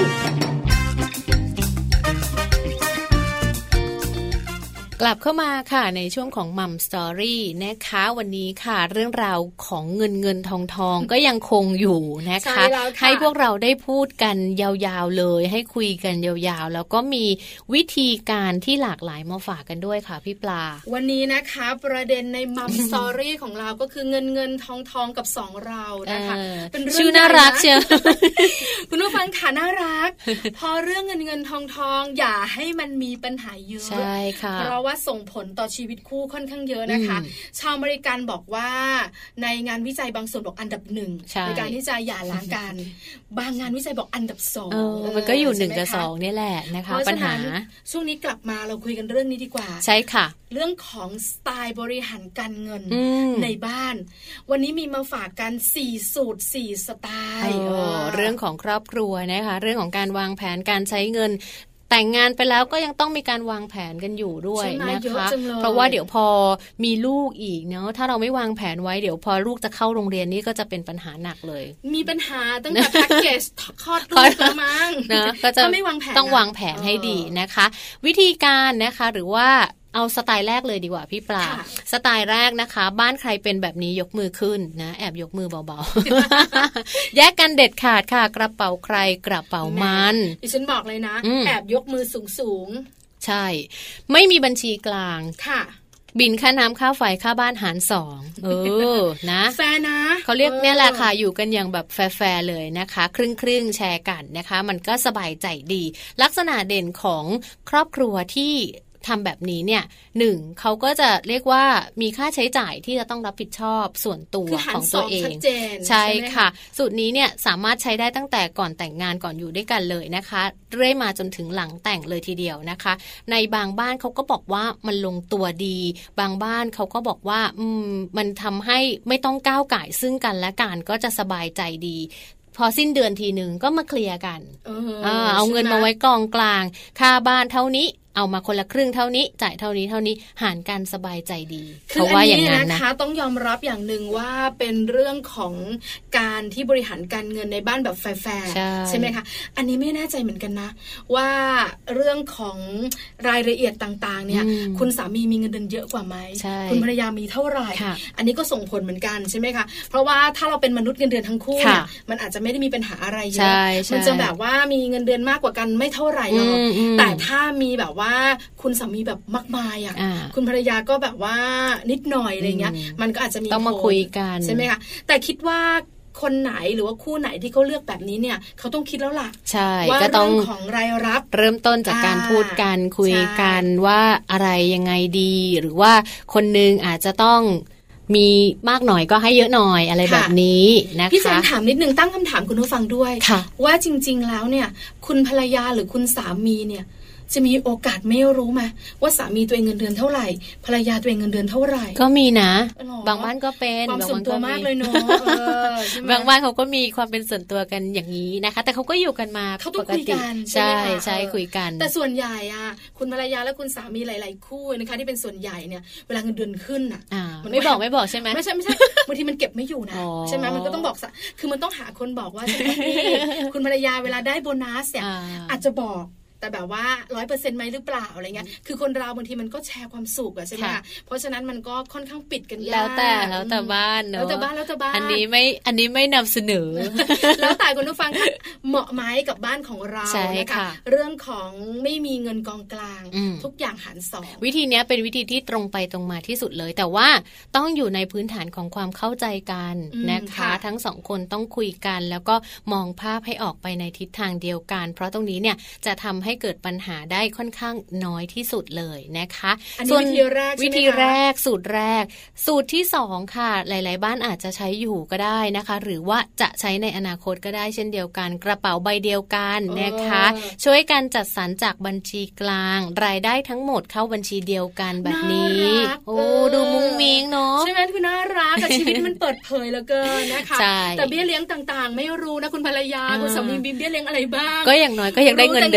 กลับเข้ามาค่ะในช่วงของมัมสตอรี่นะคะวันนี้ค่ะเรื่องราวของเงินเงินทองทองก็ยังคงอยู่นะคะ ให้พวกเราได้พูดกันยาวๆเลยให้คุยกันยาวๆแล้วก็มีวิธีการที่หลากหลายมาฝากกันด้วยค่ะพี่ปลาวันนี้นะคะประเด็นในมัมสตอรี่ของเราก็คือเงินเงินทองทองกับสองเรานะคะเป็นเรื่องชื่อน่ารักเชียวคุณผู้ฟังค่ะน่ารักพอเรื่องเงินเงินทองทองอย่าให้มันมีปัญหาเยอะใช่ค่ะเพราะว่าส่งผลต่อชีวิตคู่ค่อนข้างเยอะนะคะชาวอเมริกันบอกว่าในงานวิจัยบางส่วนบอกอันดับหนึ่งในการที่จะหย่าร้างกันบางงานวิจัยบอกอันดับสองมันก็อยู่หนึ่งกับสองนี่แหละนะคะปัญหาช่วงนี้กลับมาเราคุยกันเรื่องนี้ดีกว่าใช่ค่ะเรื่องของสไตล์บริหารการเงินในบ้านวันนี้มีมาฝากกันสี่สูตรสี่สไตล์เรื่องของครอบครัวนะคะเรื่องของการวางแผนการใช้เงินแต่งงานไปแล้วก็ยังต้องมีการวางแผนกันอยู่ด้วยนะคะเพราะว่าเดี๋ยวพอมีลูกอีกเนาะถ้าเราไม่วางแผนไว้เดี๋ยวพอลูกจะเข้าโรงเรียนนี่ก็จะเป็นปัญหาหนักเลยมีปัญหาตั้งแต่แพ็กเกจคลอดลูกแล้วมั้งนะก็จะต้องวางแผนให้ดีนะคะวิธีการนะคะหรือว่าเอาสไตล์แรกเลยดีกว่าพี่ปลาสไตล์แรกนะคะบ้านใครเป็นแบบนี้ยกมือขึ้นนะแอบยกมือเบาๆ แยกกันเด็ดขาดค่ะกระเป๋าใครกระเป๋ามันดิฉันบอกเลยนะแอบยกมือสูงๆใช่ไม่มีบัญชีกลางค่ะบินค่าน้ำค่าไฟค่าบ้านหารสองเออนะแฟร์นะเขาเรียกเนี่ยแหละค่ะอยู่กันอย่างแบบแฟร์เลยนะคะครึ่งครึ่งแชร์กันนะคะมันก็สบายใจดีลักษณะเด่นของครอบครัวที่ทำแบบนี้เนี่ยหนึ่งเขาก็จะเรียกว่ามีค่าใช้จ่ายที่จะต้องรับผิดชอบส่วนตัวของตัวเองใช่ค่ะสูตรนี้เนี่ยสามารถใช้ได้ตั้งแต่ก่อนแต่งงานก่อนอยู่ด้วยกันเลยนะคะเรื่อยมาจนถึงหลังแต่งเลยทีเดียวนะคะในบางบ้านเขาก็บอกว่ามันลงตัวดีบางบ้านเขาก็บอกว่าอืมมันทำให้ไม่ต้องก้าวก่ายซึ่งกันและกันก็จะสบายใจดีพอสิ้นเดือนทีนึงก็มาเคลียร์กันเออเอาเงินมาไว้กองกลางค่าบ้านเท่านี้เอามาคนละครึ่งเท่านี้จ่ายเท่านี้เท่านี้หารกันสบายใจดีเพราะว่าอย่างนั้นนะคะต้องยอมรับอย่างหนึ่งว่าเป็นเรื่องของการที่บริหารการเงินในบ้านแบบแฟร์ใช่ไหมคะอันนี้ไม่แน่ใจเหมือนกันนะว่าเรื่องของรายละเอียดต่างๆเนี่ยคุณสามีมีเงินเดือนเยอะกว่าไหมคุณภรรยามีเท่าไหร่อันนี้ก็ส่งผลเหมือนกันใช่ไหมคะเพราะว่าถ้าเราเป็นมนุษย์เงินเดือนทั้งคู่เนี่ยมันอาจจะไม่ได้มีปัญหาอะไรเยอะมันจะแบบว่ามีเงินเดือนมากกว่ากันไม่เท่าไหร่หรอกแต่ถ้ามีแบบว่าคุณสามีแบบมากมายอ่ะคุณภรรยาก็แบบว่านิดหน่อยอะไรเงี้ยมันก็อาจจะมีต้องมาคุยกันใช่ไหมคะแต่คิดว่าคนไหนหรือว่าคู่ไหนที่เขาเลือกแบบนี้เนี่ยเขาต้องคิดแล้วล่ะใช่ว่าเรื่องของรายรับเริ่มต้นจากการพูดกันคุยกันว่าอะไรยังไงดีหรือว่าคนนึงอาจจะต้องมีมากหน่อยก็ให้เยอะหน่อยอะไรแบบนี้นะคะพี่แจงถามนิดนึงตั้งคำถามคุณผู้ฟังด้วยว่าจริงๆแล้วเนี่ยคุณภรรยาหรือคุณสามีเนี่ยจะมีโอกาสไม่รู้ไหมว่าสามีตัวเองเงินเดือนเท่าไหร่ภรรยาตัวเองเงินเดือนเท่าไหร่ก็มีนะบางบ้านก็เป็นความส่วนตัวมากเลยเนาะบางบ้านเขาก็มีความเป็นส่วนตัวกันอย่างนี้นะคะแต่เขาก็อยู่กันมาปกติใช่ใช่คุยกันแต่ส่วนใหญ่อ่ะคุณภรรยาและคุณสามีหลายๆคู่นะคะที่เป็นส่วนใหญ่เนี่ยเวลาเงินเดือนขึ้นอ่ะมันไม่บอกไม่บอกใช่ไหมไม่ใช่ไม่ใช่บางทีมันเก็บไม่อยู่นะใช่ไหมมันก็ต้องบอกคือมันต้องหาคนบอกว่าคุณภรรยาเวลาได้โบนัสเนี่ยอาจจะบอกแต่แบบว่า ร้อยเปอร์เซ็นต์ ไหมหรือเปล่าอะไรเงี้ยคือคนเราบางทีมันก็แชร์ความสุขอะใช่ไหมเพราะฉะนั้นมันก็ค่อนข้างปิดกันยากแล้วแต่แล้วแต่บ้านเนอะแล้วแต่บ้านแล้วแต่บ้านอันนี้ไม่อันนี้ไม่นำเสนอแล้วแต่คุณผู้ฟังเหมาะไหมกับบ้านของเรานะคะเรื่องของไม่มีเงินกองกลางทุกอย่างหารสองวิธีนี้เป็นวิธีที่ตรงไปตรงมาที่สุดเลยแต่ว่าต้องอยู่ในพื้นฐานของความเข้าใจกันนะคะทั้งสองคนต้องคุยกันแล้วก็มองภาพให้ออกไปในทิศทางเดียวกันเพราะตรงนี้เนี่ยจะทำให้เกิดปัญหาได้ค่อนข้างน้อยที่สุดเลยนะคะส่วนวิธีแรกวิธีแรกสูตรแรกสูตรที่สองค่ะหลายๆบ้านอาจจะใช้อยู่ก็ได้นะคะหรือว่าจะใช้ในอนาคตก็ได้เช่นเดียวกันกระเป๋าใบเดียวกันนะคะช่วยกันจัดสรรจากบัญชีกลางรายได้ทั้งหมดเข้าบัญชีเดียวกันแบบนี้โอ้ดูมุ้งมิ้งเนาะใช่ไหมคือน่ารักกับชีวิตมันเปิดเผยเหลือเกินนะคะแต่เบี้ยเลี้ยงต่างๆไม่รู้นะคุณภรรยาคุณสามีบินเบี้ยเลี้ยงอะไรบ้างก็อย่างน้อยก็ยังได้เงินเดือน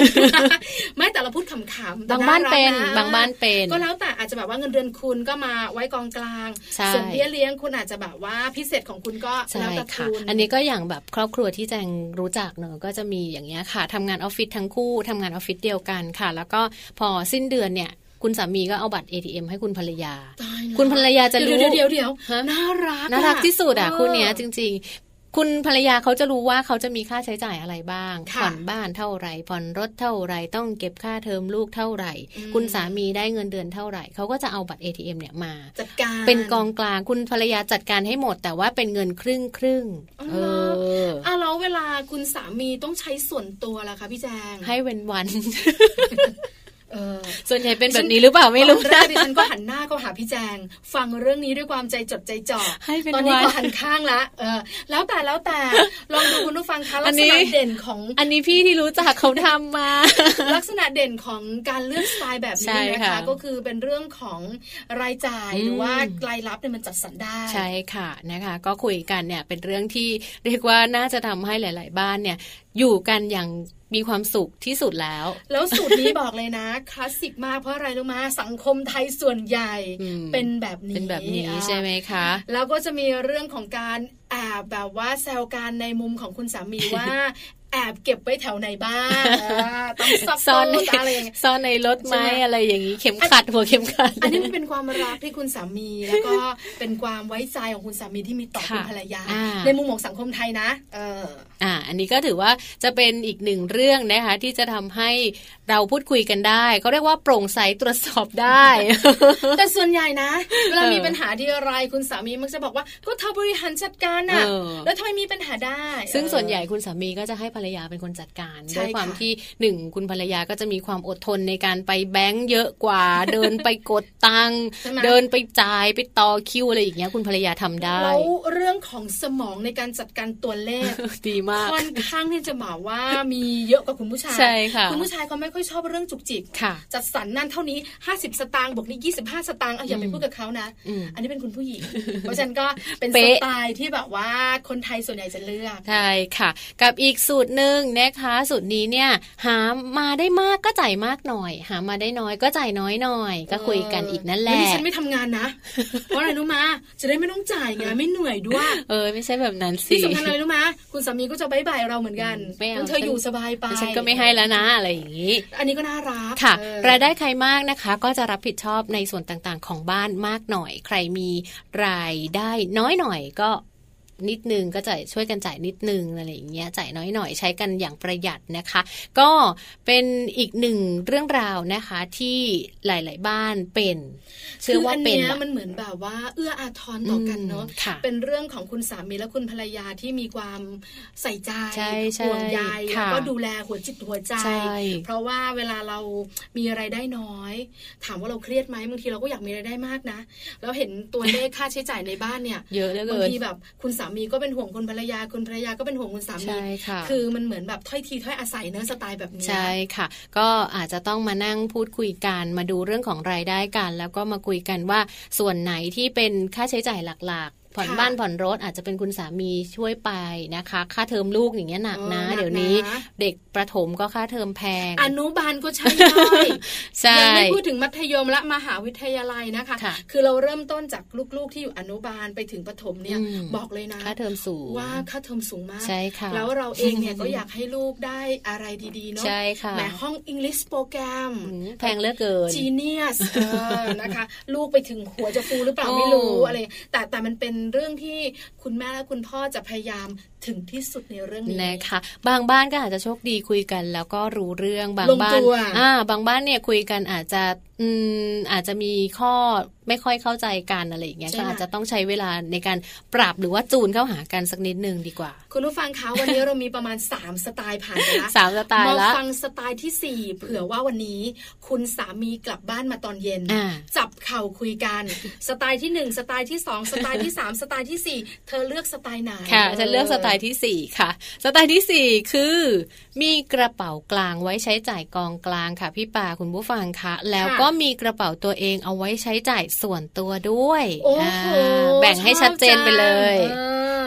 ไม่แต่เราพูดขำๆบางบ้านเป็นบางบ้านเป็นก็แล้วแต่อาจจะแบบว่าเงินเดือนคุณก็มาไว้กองกลางส่วนเบี้ยเลี้ยงคุณอาจจะแบบว่าพิเศษของคุณก็แล้วแต่คุณอันนี้ก็อย่างแบบครอบครัวที่แจงรู้จักเนอะก็จะมีอย่างเงี้ยค่ะทำงานออฟฟิศทั้งคู่ทำงานออฟฟิศเดียวกันค่ะแล้วก็พอสิ้นเดือนเนี่ยคุณสามีก็เอาบัตร เอ ที เอ็ม ให้คุณภรรยาคุณภรรยาจะรู้เดี๋ยวเดี๋ยวเดี๋ยวน่ารักน่ารักที่สุดอ่ะคู่เนี้ยจริงๆคุณภรรยาเขาจะรู้ว่าเขาจะมีค่าใช้จ่ายอะไรบ้างผ่อนบ้านเท่าไหร่ผ่อนรถเท่าไหร่ต้องเก็บค่าเทอมลูกเท่าไหร่คุณสามีได้เงินเดือนเท่าไหร่เขาก็จะเอาบัตร เอ ที เอ็ม เนี่ยมาจัดการเป็นกองกลางคุณภรรยาจัดการให้หมดแต่ว่าเป็นเงินครึ่งครึ่งเอออ่ะแล้วเวลาคุณสามีต้องใช้ส่วนตัวล่ะคะพี่แจงให้เว้นวันส่วนใหญ่เป็นแบบนี้หรือเปล่าไม่รู้แรกดิฉันก็หันหน้าเข้าหาพี่แจงฟังเรื่องนี้ด้วยความใจจดใจจ่อตอนนี้ก็หันข้างละเออแล้วแต่แล้วแต่ลองดูคุณผู้ฟังคะลักษณะเด่นของอันนี้พี่ที่รู้จักเขาทำมาลักษณะเด่นของการเลือกสไตล์แบบนี้นะคะก็คือเป็นเรื่องของรายจ่ายหรือว่ารายรับเนี่ยมันจัดสรรได้ใช่ค่ะนะคะก็คุยกันเนี่ยเป็นเรื่องที่เรียกว่าน่าจะทำให้หลายๆบ้านเนี่ยอยู่กันอย่างมีความสุขที่สุดแล้วแล้วสูตรนี้บอกเลยนะคลาสสิกมากเพราะอะไรรู้มาสังคมไทยส่วนใหญ่เป็นแบบนี้เป็นแบบนี้ใช่ไหมคะแล้วก็จะมีเรื่องของการแอบแบบว่าแซวกันในมุมของคุณสามีว่าแอบเก็บไว้แถวไหนบ้างต้องซ่อนอะไรอย่างเงี้ยซ่อนในรถไหมอะไรอย่างนี้เข็มขัดหัวเข็มขัดอันนี้มันเป็นความรักที่คุณสามีแล้วก็เป็นความไว้ใจของคุณสามีที่มีต่อคุณภรรยาในมุมของสังคมไทยนะเอออ่าอันนี้ก็ถือว่าจะเป็นอีกหนึ่งเรื่องนะคะที่จะทำให้เราพูดคุยกันได้เขาเรียกว่าโปร่งใสตรวจสอบได้แต่ส่วนใหญ่นะเวลามีปัญหาที่อะไรคุณสามีมักจะบอกว่าก็เธอบริหารจัดการน่ะแล้วทำไมมีปัญหาได้ซึ่งส่วนใหญ่คุณสามีก็จะให้ภรรยาเป็นคนจัดการด้วยความที่หนึ่งคุณภรรยาก็จะมีความอดทนในการไปแบงค์เยอะกว่าเดินไปกดตังค์เดินไปจ่ายไปต่อคิวอะไรอย่างเงี้ยคุณภรรยาทำได้แล้วเรื่องของสมองในการจัดการตัวเลขดีมากค่อนข้างที่จะบอกว่ามีเยอะกว่าคุณผู้ชายใช่ค่ะคุณผู้ชายเขาไม่ค่อยชอบเรื่องจุกจิกจัดสรรนั่นเท่านี้ห้าสิบสตางค์บวกนี่ยี่สิบห้าสตางค์อย่าไปพูดกับเขานะอันนี้เป็นคุณผู้หญิงเพราะฉะนั้นก็เป็นสไตล์ที่แบบว่าคนไทยส่วนใหญ่จะเลือกใช่ค่ะกับอีกสูตรนึงนะคะสูตรนี้เนี่ยหามาได้มากก็จ่ายมากหน่อยหามาได้น้อยก็จ่ายน้อยหน่อยก็คุยกันอีกนั่นแหละดิฉันไม่ทำงานนะเพราะอะไรรู้มาจะได้ไม่ต้องจ่ายไงไม่เหนื่อยด้วยเออไม่ใช่แบบนั้นสิที่สำคัญอะไรรู้มาคุณสามีก็จะบ๊ายบายเราเหมือนกันเธออยู่สบายไปฉันก็ไม่ให้แล้วนะอะไรอย่างนี้อันนี้ก็น่ารักค่ะรายได้ใครมากนะคะก็จะรับผิดชอบในส่วนต่างๆของบ้านมากหน่อยใครมีรายได้น้อยหน่อยก็นิดนึงก็จะช่วยกันจ่ายนิดนึงอะไรอย่างเงี้ยจ่ายน้อยหน่อยใช้กันอย่างประหยัดนะคะก็เป็นอีกหนึ่งเรื่องราวนะคะที่หลายๆบ้านเป็นเชื่อว่าเป็นมันเหมือนแบบว่าเอื้ออาทรต่อกันเนาะเป็นเรื่องของคุณสามีและคุณภรรยาที่มีความใส่ใจห่วงใยแล้วก็ดูแลหัวจิตหัวใจเพราะว่าเวลาเรามีรายได้น้อยถามว่าเราเครียดไหมบางทีเราก็อยากมีรายได้มากนะแล้วเห็นตัวเลขค่าใช้จ่ายในบ้านเนี่ยเยอะเหลือเกินบางทีแบบคุณสามีก็เป็นห่วงคุณภรรยาคุณภรรยาก็เป็นห่วงคุณสามีคือมันเหมือนแบบถ้อยทีถ้อยอาศัยเนื้อสไตล์แบบนี้ใช่ค่ะก็อาจจะต้องมานั่งพูดคุยกันมาดูเรื่องของรายได้กันแล้วก็มาคุยกันว่าส่วนไหนที่เป็นค่าใช้จ่ายหลักๆผ่อนบ้านผ่อนรถอาจจะเป็นคุณสามีช่วยไปนะคะค่าเทอมลูกอย่างเงี้ยหนักนะเดี๋ยวนี้เด็กประถมก็ค่าเทอมแพงอนุบาลก็ใช่เลยยังไม่พูดถึงมัธยมและมหาวิทยาลัยนะคะคือเราเริ่มต้นจากลูกๆที่อยู่อนุบาลไปถึงประถมเนี่ยบอกเลยนะค่าเทอมสูงว่าค่าเทอมสูงมากใช่ค่ะแล้วเราเองเนี่ยก็อยากให้ลูกได้อะไรดีๆเนาะใช่ค่ะแหมห้อง English โปรแกรมแพงเหลือเกิน Genius นะคะลูกไปถึงหัวจะฟูหรือเปล่าไม่รู้อะไรแต่แต่มันเป็นเรื่องที่คุณแม่และคุณพ่อจะพยายามถึงที่สุดในเรื่องนี้นะคะบางบ้านก็อาจจะโชคดีคุยกันแล้วก็รู้เรื่องบางบ้านอ่าบางบ้านเนี่ยคุยกันอาจจะอืมอาจจะมีข้อไม่ค่อยเข้าใจกันอะไรอย่างเงี้ยก็อาจจะต้องใช้เวลาในการปรับหรือว่าจูนเข้าหากันสักนิดนึงดีกว่าคุณผู้ฟังคะวันนี้เรามีประมาณสามสไตล์ผ่านไปแล้วสามสไตล์แล้วมาฟังสไตล์ที่สี่เผื่อว่าวันนี้คุณสามีกลับบ้านมาตอนเย็นจับเข่าคุยกันสไตล์ที่หนึ่งสไตล์ที่สองสไตล์ที่สามสไตล์ที่สี่เธอเลือกสไตล์ไหนค่ะฉันเลือกสไตล์ที่สี่ค่ะสไตล์ที่สี่คือมีกระเป๋ากลางไว้ใช้จ่ายกองกลางค่ะพี่ป่าคุณผู้ฟังคะแล้วก็มีกระเป๋าตัวเองเอาไว้ใช้จ่ายส่วนตัวด้วยแบ่งให้ชัดเจนไปเลย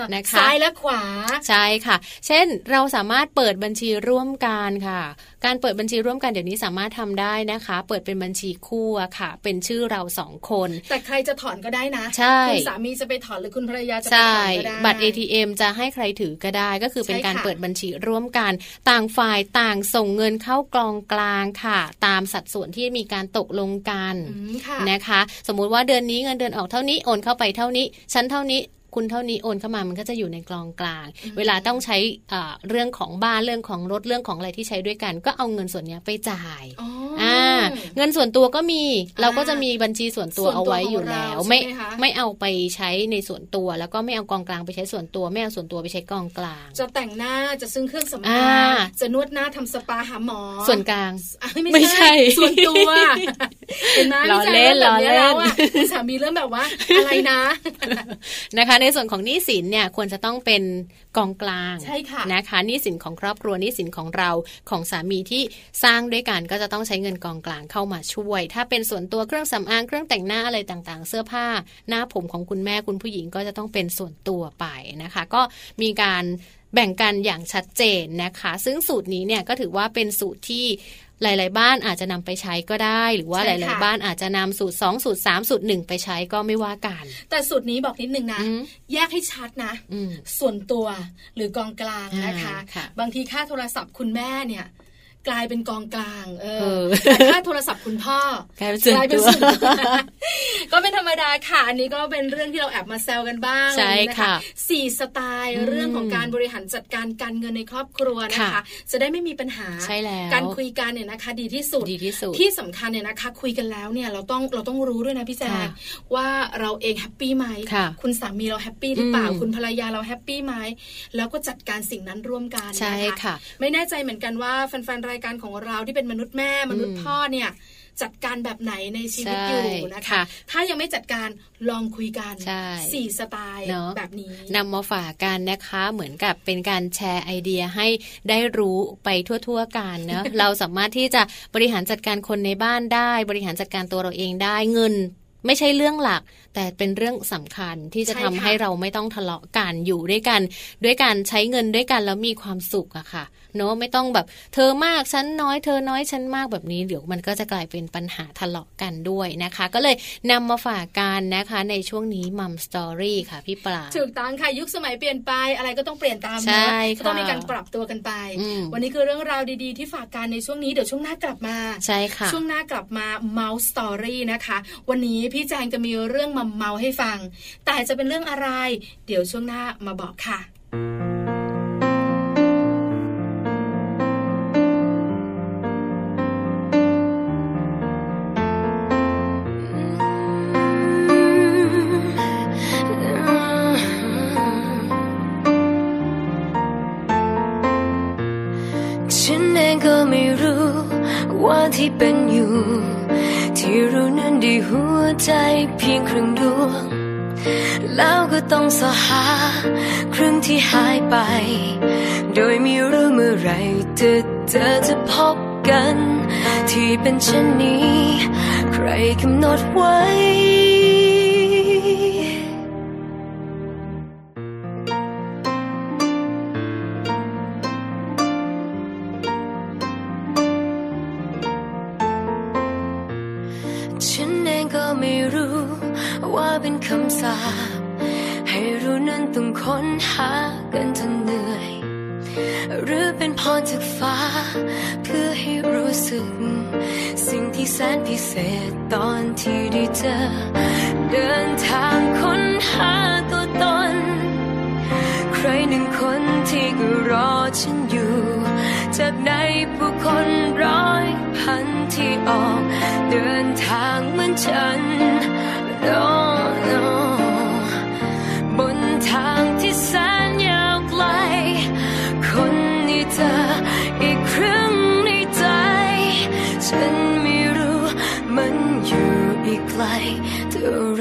นะคะซ้ายและขวาใช่ค่ะเช่นเราสามารถเปิดบัญชีร่วมกันค่ะการเปิดบัญชีร่วมกันเดี๋ยวนี้สามารถทำได้นะคะเปิดเป็นบัญชีคู่ค่ะเป็นชื่อเราสองคนแต่ใครจะถอนก็ได้นะคุณสามีจะไปถอนหรือคุณภรรยาจะไปถอนก็ได้บัตร เอ ที เอ็ม จะให้ใครถือก็ได้ก็คือเป็นการเปิดบัญชีร่วมกันต่างฝ่ายต่างส่งเงินเข้ากองกลางค่ะตามสัดส่วนที่มีการตกลงกันนะคะสมมุติว่าเดือนนี้เงินเดือนออกเท่านี้โอนเข้าไปเท่านี้ชั้นเท่านี้คุณเท่านี้โอนเข้ามามันก็จะอยู่ในกองกลางเวลาต้องใช้เรื่องของบ้านเรื่องของรถเรื่องของอะไรที่ใช้ด้วยกันก็เอาเงินส่วนนี้ไปจ่ายอ่าเงินส่วนตัวก็มีเราก็จะมีบัญชีส่วนตัวเอาไว้อยู่แล้วไม่ไม่เอาไปใช้ในส่วนตัวแล้วก็ไม่เอากองกลางไปใช้ส่วนตัวไม่เอาส่วนตัวไปใช้กองกลางจะแต่งหน้าจะซื้อเครื่องสำอางจะนวดหน้าทำสปาหาหมอส่วนกลางไม่ใช่ส่วนตัวเห็นไหมล้อเล่นล้อเล่นคุณสามีเริ่มแบบว่าอะไรนะนะคะในส่วนของหนี้สินเนี่ยควรจะต้องเป็นกองกลางใช่ค่ะนะคะหนี้สินของครอบครัวหนี้สินของเราของสามีที่สร้างด้วยกันก็จะต้องใช้เงินกองกลางเข้ามาช่วยถ้าเป็นส่วนตัวเครื่องสำอางเครื่องแต่งหน้าอะไรต่างๆเสื้อผ้าหน้าผมของคุณแม่คุณผู้หญิงก็จะต้องเป็นส่วนตัวไปนะคะก็มีการแบ่งกันอย่างชัดเจนนะคะซึ่งสูตรนี้เนี่ยก็ถือว่าเป็นสูตรที่หลายๆบ้านอาจจะนำไปใช้ก็ได้หรือว่าหลายๆบ้านอาจจะนำสูตรสองสูตรสามสูตรหนึ่งไปใช้ก็ไม่ว่ากันแต่สูตรนี้บอกนิดนึงนะแยกให้ชัดนะส่วนตัวหรือกองกลางนะคะบางทีค่าโทรศัพท์คุณแม่เนี่ยกลายเป็นกองกลางเออแต่ค่าโทรศัพท์คุณพ่อกลายเป็นส่วนตัวก็เป็นธรรมดาค่ะอันนี้ก็เป็นเรื่องที่เราแอบมาแซวกันบ้างนะคะสี่สไตล์เรื่องของการบริหารจัดการการเงินในครอบครัวนะคะจะได้ไม่มีปัญหาการคุยกันเนี่ยนะคะดีที่สุดที่สำคัญเนี่ยนะคะคุยกันแล้วเนี่ยเราต้องเราต้องรู้ด้วยนะพี่แจ๊คว่าเราเองแฮปปี้ไหมคุณสามีเราแฮปปี้หรือเปล่าคุณภรรยาเราแฮปปี้ไหมแล้วก็จัดการสิ่งนั้นร่วมกันนะคะไม่แน่ใจเหมือนกันว่าแฟนๆรายการของเราที่เป็นมนุษย์แม่มนุษย์พ่อเนี่ยจัดการแบบไหนในชีวิตอยู่นะคะถ้ายังไม่จัดการลองคุยกันสี่สไตล์แบบนี้นำมาฝากกันนะคะเหมือนกับเป็นการแชร์ไอเดียให้ได้รู้ไปทั่วๆกันเนาะ เราสามารถที่จะบริหารจัดการคนในบ้านได้บริหารจัดการตัวเราเองได้เงินไม่ใช่เรื่องหลักแต่เป็นเรื่องสำคัญที่จะทำให้เราไม่ต้องทะเลาะกันอยู่ด้วยกันด้วยการใช้เงินด้วยกันแล้วมีความสุขอะค่ะเนาะไม่ต้องแบบเธอมากฉันน้อยเธอน้อยฉันมากแบบนี้เดี๋ยวมันก็จะกลายเป็นปัญหาทะเลาะกันด้วยนะคะก็เลยนำมาฝากกันนะคะในช่วงนี้มัมสตอรี่ค่ะพี่ปลาถูกต้องค่ะยุคสมัยเปลี่ยนไปอะไรก็ต้องเปลี่ยนตามนะก็ต้องมีการปรับตัวกันไปวันนี้คือเรื่องราวดีๆที่ฝากกันในช่วงนี้เดี๋ยวช่วงหน้ากลับมาใช่ค่ะช่วงหน้ากลับมาเมาส์สตอรี่นะคะวันนี้พี่แจงจะมีเรื่องมาเมาให้ฟังแต่จะเป็นเรื่องอะไรเดี๋ยวช่วงหน้ามาบอกค่ะฉันเองก็ไม่รู้ว่าที่เป็นอยู่ที่รู้นั้นได้หัวใจเพียงครึ่งดวงแล้วก็ต้องสหาครึ่งที่หายไปโดยไม่รู้เมื่อไรเธอเธอจะพบกันที่เป็นเช่นนี้ใครกำหนดไว้ว่าเป็นคำสาปให้เรานั้นต้องค้นหากันจนเหนื่อยหรือเป็นพรจากฟ้าเพื่อให้รู้สึกสิ่งที่แสนพิเศษตอนที่ได้เจอเดินทางค้นหาตัวตนใครหนึ่งคนที่ก็รอฉันอยู่จากในผู้คนร้อยพันที่ออกเดินทางเหมือนฉันNo, no บนทางที่แสนยาวไกลคนนี้เธออีกครึ่งในใจฉันไม่รู้มันอยู่อีกไกลเท่าไร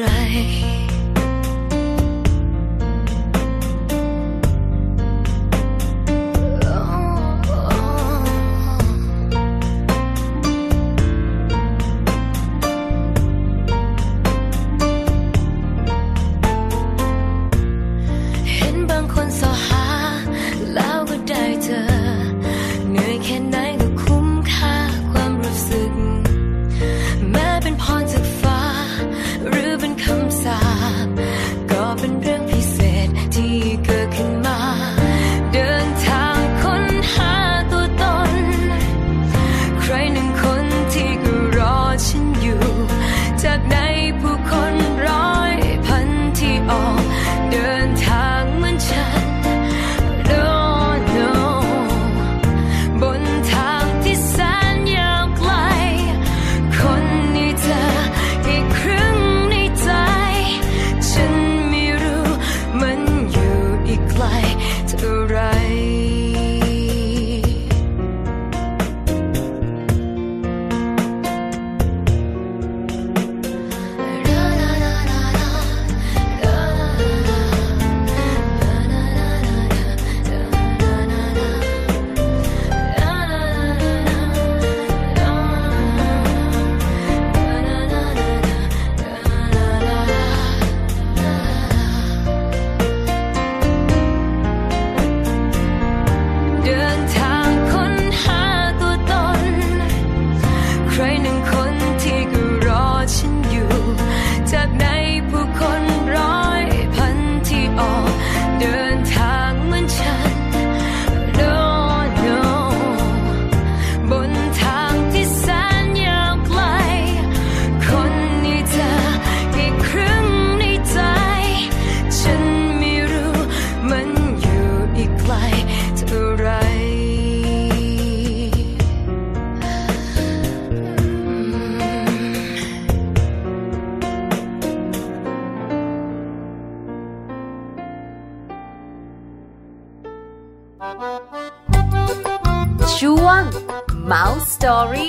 Story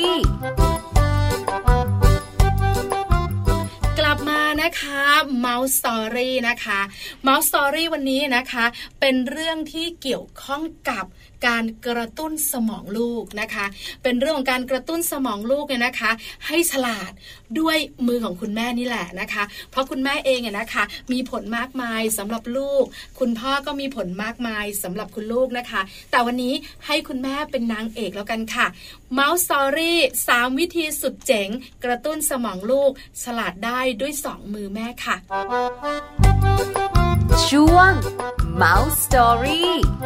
กลับมานะคะ Mouse Story นะคะ Mouse Story วันนี้นะคะเป็นเรื่องที่เกี่ยวข้องกับการกระตุ้นสมองลูกนะคะเป็นเรื่องของการกระตุ้นสมองลูกเนี่ยนะคะให้ฉลาดด้วยมือของคุณแม่นี่แหละนะคะเพราะคุณแม่เองเนี่ยนะคะมีผลมากมายสำหรับลูกคุณพ่อก็มีผลมากมายสำหรับคุณลูกนะคะแต่วันนี้ให้คุณแม่เป็นนางเอกแล้วกันค่ะ Mouse Story สามวิธีสุดเจ๋งกระตุ้นสมองลูกฉลาดได้ด้วยสองมือแม่ค่ะช่วง Mouse Story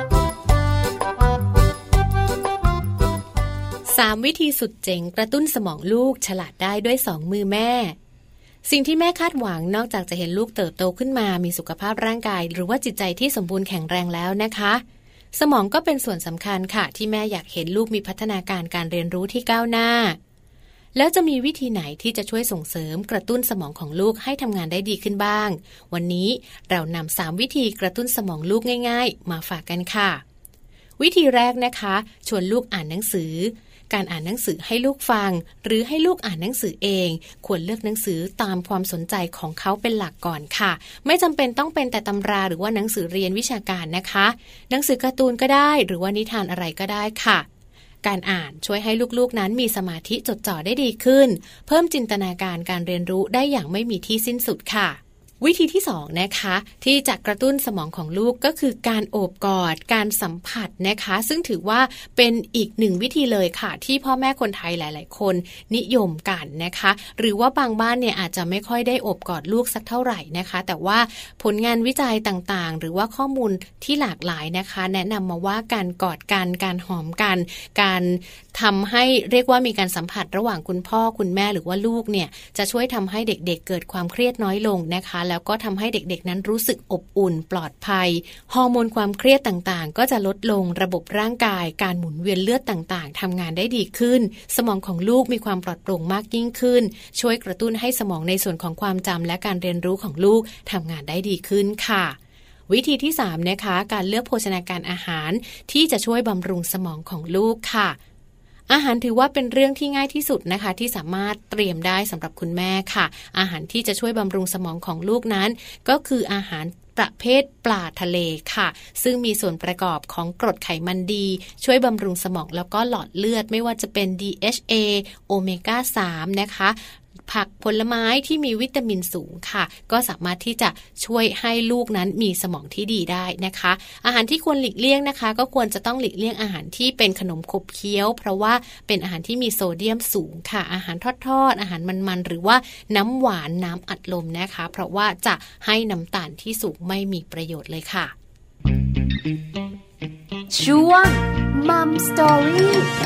สามวิธีสุดเจ๋งกระตุ้นสมองลูกฉลาดได้ด้วยสองมือแม่สิ่งที่แม่คาดหวังนอกจากจะเห็นลูกเติบโตขึ้นมามีสุขภาพร่างกายหรือว่าจิตใจที่สมบูรณ์แข็งแรงแล้วนะคะสมองก็เป็นส่วนสำคัญค่ะที่แม่อยากเห็นลูกมีพัฒนาการการเรียนรู้ที่ก้าวหน้าแล้วจะมีวิธีไหนที่จะช่วยส่งเสริมกระตุ้นสมองของลูกให้ทำงานได้ดีขึ้นบ้างวันนี้เรานำสามวิธีกระตุ้นสมองลูกง่ายๆมาฝากกันค่ะวิธีแรกนะคะชวนลูกอ่านหนังสือการอ่านหนังสือให้ลูกฟังหรือให้ลูกอ่านหนังสือเองควรเลือกหนังสือตามความสนใจของเขาเป็นหลักก่อนค่ะไม่จำเป็นต้องเป็นแต่ตำราหรือว่าหนังสือเรียนวิชาการนะคะหนังสือการ์ตูนก็ได้หรือว่านิทานอะไรก็ได้ค่ะการอ่านช่วยให้ลูกๆนั้นมีสมาธิจดจ่อได้ดีขึ้นเพิ่มจินตนาการการเรียนรู้ได้อย่างไม่มีที่สิ้นสุดค่ะวิธีที่สองนะคะที่จะกระตุ้นสมองของลูกก็คือการโอบกอดการสัมผัสนะคะซึ่งถือว่าเป็นอีกหนึ่งวิธีเลยค่ะที่พ่อแม่คนไทยหลายๆคนนิยมกันนะคะหรือว่าบางบ้านเนี่ยอาจจะไม่ค่อยได้โอบกอดลูกสักเท่าไหร่นะคะแต่ว่าผลงานวิจัยต่างๆหรือว่าข้อมูลที่หลากหลายนะคะแนะนำมาว่าการกอดกันการหอมกันการทำให้เรียกว่ามีการสัมผัสระหว่างคุณพ่อคุณแม่หรือว่าลูกเนี่ยจะช่วยทำให้เด็กๆ เ, เกิดความเครียดน้อยลงนะคะแล้วก็ทำให้เด็กๆนั้นรู้สึกอบอุ่นปลอดภัยฮอร์โมนความเครียดต่างๆก็จะลดลงระบบร่างกายการหมุนเวียนเลือดต่างๆทำงานได้ดีขึ้นสมองของลูกมีความปลอดโปร่งมากยิ่งขึ้นช่วยกระตุ้นให้สมองในส่วนของความจำและการเรียนรู้ของลูกทำงานได้ดีขึ้นค่ะวิธีที่สามนะคะการเลือกโภชนาการอาหารที่จะช่วยบำรุงสมองของลูกค่ะอาหารถือว่าเป็นเรื่องที่ง่ายที่สุดนะคะที่สามารถเตรียมได้สำหรับคุณแม่ค่ะอาหารที่จะช่วยบำรุงสมองของลูกนั้นก็คืออาหารประเภทปลาทะเลค่ะซึ่งมีส่วนประกอบของกรดไขมันดีช่วยบำรุงสมองแล้วก็หลอดเลือดไม่ว่าจะเป็น ดี เอช เอ โอเมก้า สาม นะคะผักผลไม้ที่มีวิตามินสูงค่ะก็สามารถที่จะช่วยให้ลูกนั้นมีสมองที่ดีได้นะคะอาหารที่ควรหลีกเลี่ยงนะคะก็ควรจะต้องหลีกเลี่ยงอาหารที่เป็นขนมขบเคี้ยวเพราะว่าเป็นอาหารที่มีโซเดียมสูงค่ะอาหารทอดๆอาหารมันๆหรือว่าน้ำหวานน้ำอัดลมนะคะเพราะว่าจะให้น้ำตาลที่สูงไม่มีประโยชน์เลยค่ะช่วง Mom Story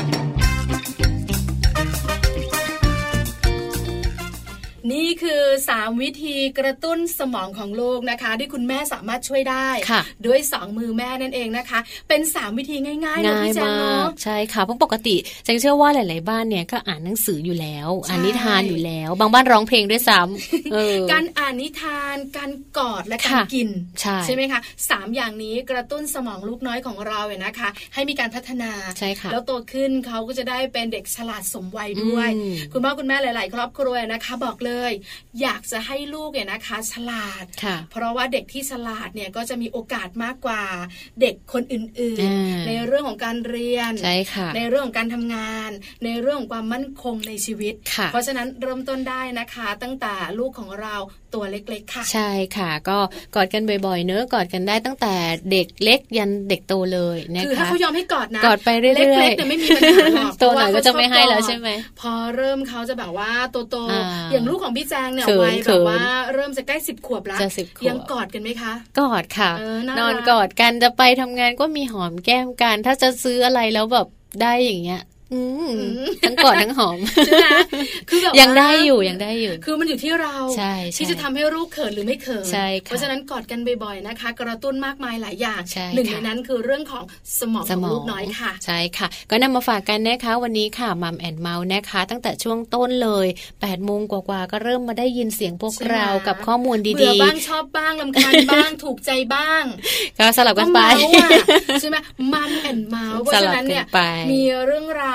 นี่คือสามวิธีกระตุ้นสมองของลูกนะคะที่คุณแม่สามารถช่วยได้ด้วยสองมือแม่นั่นเองนะคะเป็นสามวิธีง่ายๆนะพี่แจงเนาะใช่ค่ะเพราะปกติแจงเชื่อว่าหลายๆบ้านเนี่ยก็อ่านหนังสืออยู่แล้วอ่านนิทานอยู่แล้วบางบ้านร้องเพลงด้วยซ้ำเออการอ่านนิทานการกอดและการกินใช่ใช่ไหมคะสามอย่างนี้กระตุ้นสมองลูกน้อยของเราเนี่ยนะคะให้มีการพัฒนาใช่ค่ะแล้วโตขึ้นเขาก็จะได้เป็นเด็กฉลาดสมวัยด้วยคุณพ่อคุณแม่หลายๆครอบครัวนะคะบอกเลยอยากจะให้ลูกเนี่ยนะคะฉลาดเพราะว่าเด็กที่ฉลาดเนี่ยก็จะมีโอกาสมากกว่าเด็กคนอื่นๆในเรื่องของการเรียนใช่ค่ะในเรื่องของการทำงานในเรื่องของความมั่นคงในชีวิตเพราะฉะนั้นเริ่มต้นได้นะคะตั้งแต่ลูกของเราตัวเล็กๆค่ะใช่ค่ะก็กอดกันบ่อยๆเนอะกอดกันได้ตั้งแต่เด็กเล็กยันเด็กโตเลยนะคะคือถ้าเขายอมให้กอดนะกอดไปเรื่อยๆเล็กๆเนี่ยไม่มีปัญหาหรอกโตหน่อยก็จะไม่ให้แล้วใช่ไหมพอเริ่มเขาจะแบบว่าโตๆอย่างลูกของพี่แจงเนี่ยวัยแบบว่าเริ่มจะใกล้สิบขวบแล้วยังกอดกันไหมคะกอดค่ะนอนกอดกันจะไปทำงานก็มีหอมแก้มกันถ้าจะซื้ออะไรแล้วแบบได้อย่างเงี้ยทั้งกอดทั้งหอมใช่ไหมคือแบบยังได้อยู่ยังได้อยู่คือมันอยู่ที่เราที่จะทำให้ลูกเขินหรือไม่เขินเพราะฉะนั้นกอดกันบ่อยๆนะคะกระตุ้นมากมายหลายอย่างหนึ่งในนั้นคือเรื่องของสมองของลูกน้อยค่ะใช่ค่ะก็นำมาฝากกันนะคะวันนี้ค่ะมัมแอนด์เมาส์นะคะตั้งแต่ช่วงต้นเลยแปดโมงกว่าๆก็เริ่มมาได้ยินเสียงพวกเรากับข้อมูลดีๆเบื่อบ้างชอบบ้างรำคาญบ้างถูกใจบ้างก็สลับกันไปใช่ไหมมัมแอนด์เมาส์เพราะฉะนั้นเนี่ยมีเรื่องราว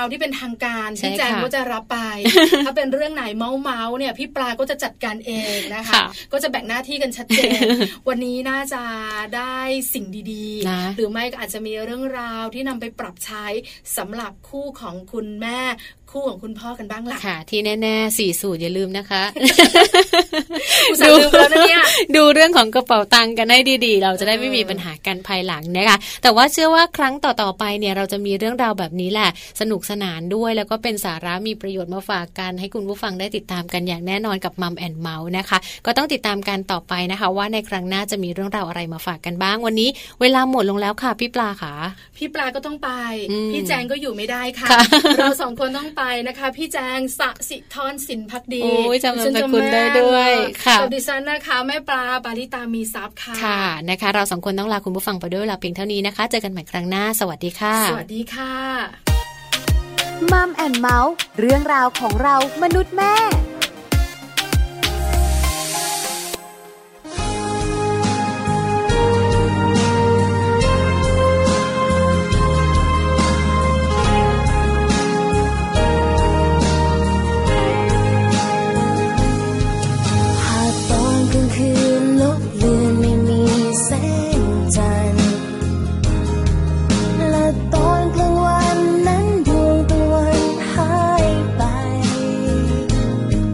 ที่เป็นทางการพี่แจงก็จะรับไปถ้าเป็นเรื่องไหนเมาเมาเนี่ยพี่ปลาก็จะจัดการเองนะคะก็จะแบ่งหน้าที่กันชัดเจน วันนี้น่าจะได้สิ่งดีๆหรือไม่ก็อาจจะมีเรื่องราวที่นำไปปรับใช้สำหรับคู่ของคุณแม่คู่ของคุณพ่อกันบ้างล่ะค่ะที่แน่ๆสี่สูตรอย่าลืมนะคะดูแล้วนะเนี่ยดูเรื่องของกระเป๋าตังค์กันให้ดีๆเราจะได้ไม่มีปัญหากันภายหลังนะคะแต่ว่าเชื่อว่าครั้งต่อๆไปเนี่ยเราจะมีเรื่องราวแบบนี้แหละสนุกสนานด้วยแล้วก็เป็นสาระมีประโยชน์มาฝากกันให้คุณผู้ฟังได้ติดตามกันอย่างแน่นอนกับมัมแอนด์เมาส์นะคะก็ต้องติดตามกันต่อไปนะคะว่าในครั้งหน้าจะมีเรื่องราวอะไรมาฝากกันบ้างวันนี้เวลาหมดลงแล้วค่ะพี่ปลาค่ะพี่ปลาก็ต้องไปพี่แจงก็อยู่ไม่ได้ค่ะเราสองคนต้องไปนะคะพี่แจงสสิธรสินภักดีโอ้ยจำนามคุณได้ด้วยค่ะกับดิฉันนะคะแม่ปลาปาริตามีทรัพย์ค่ะค่ะนะคะเราสองคนต้องลาคุณผู้ฟังไปด้วยเวลาเพียงเท่านี้นะคะเจอกันใหม่ครั้งหน้าสวัสดีค่ะสวัสดีค่ะมัมแอนด์เมาส์เรื่องราวของเรามนุษย์แม่เ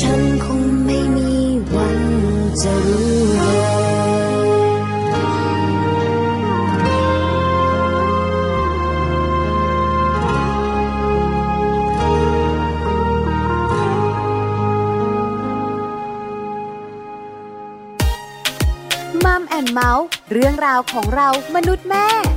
ฉันคงไม่มีวันจะรู้เลยมัมแอนเมาส์เรื่องราวของเรามนุษย์แม่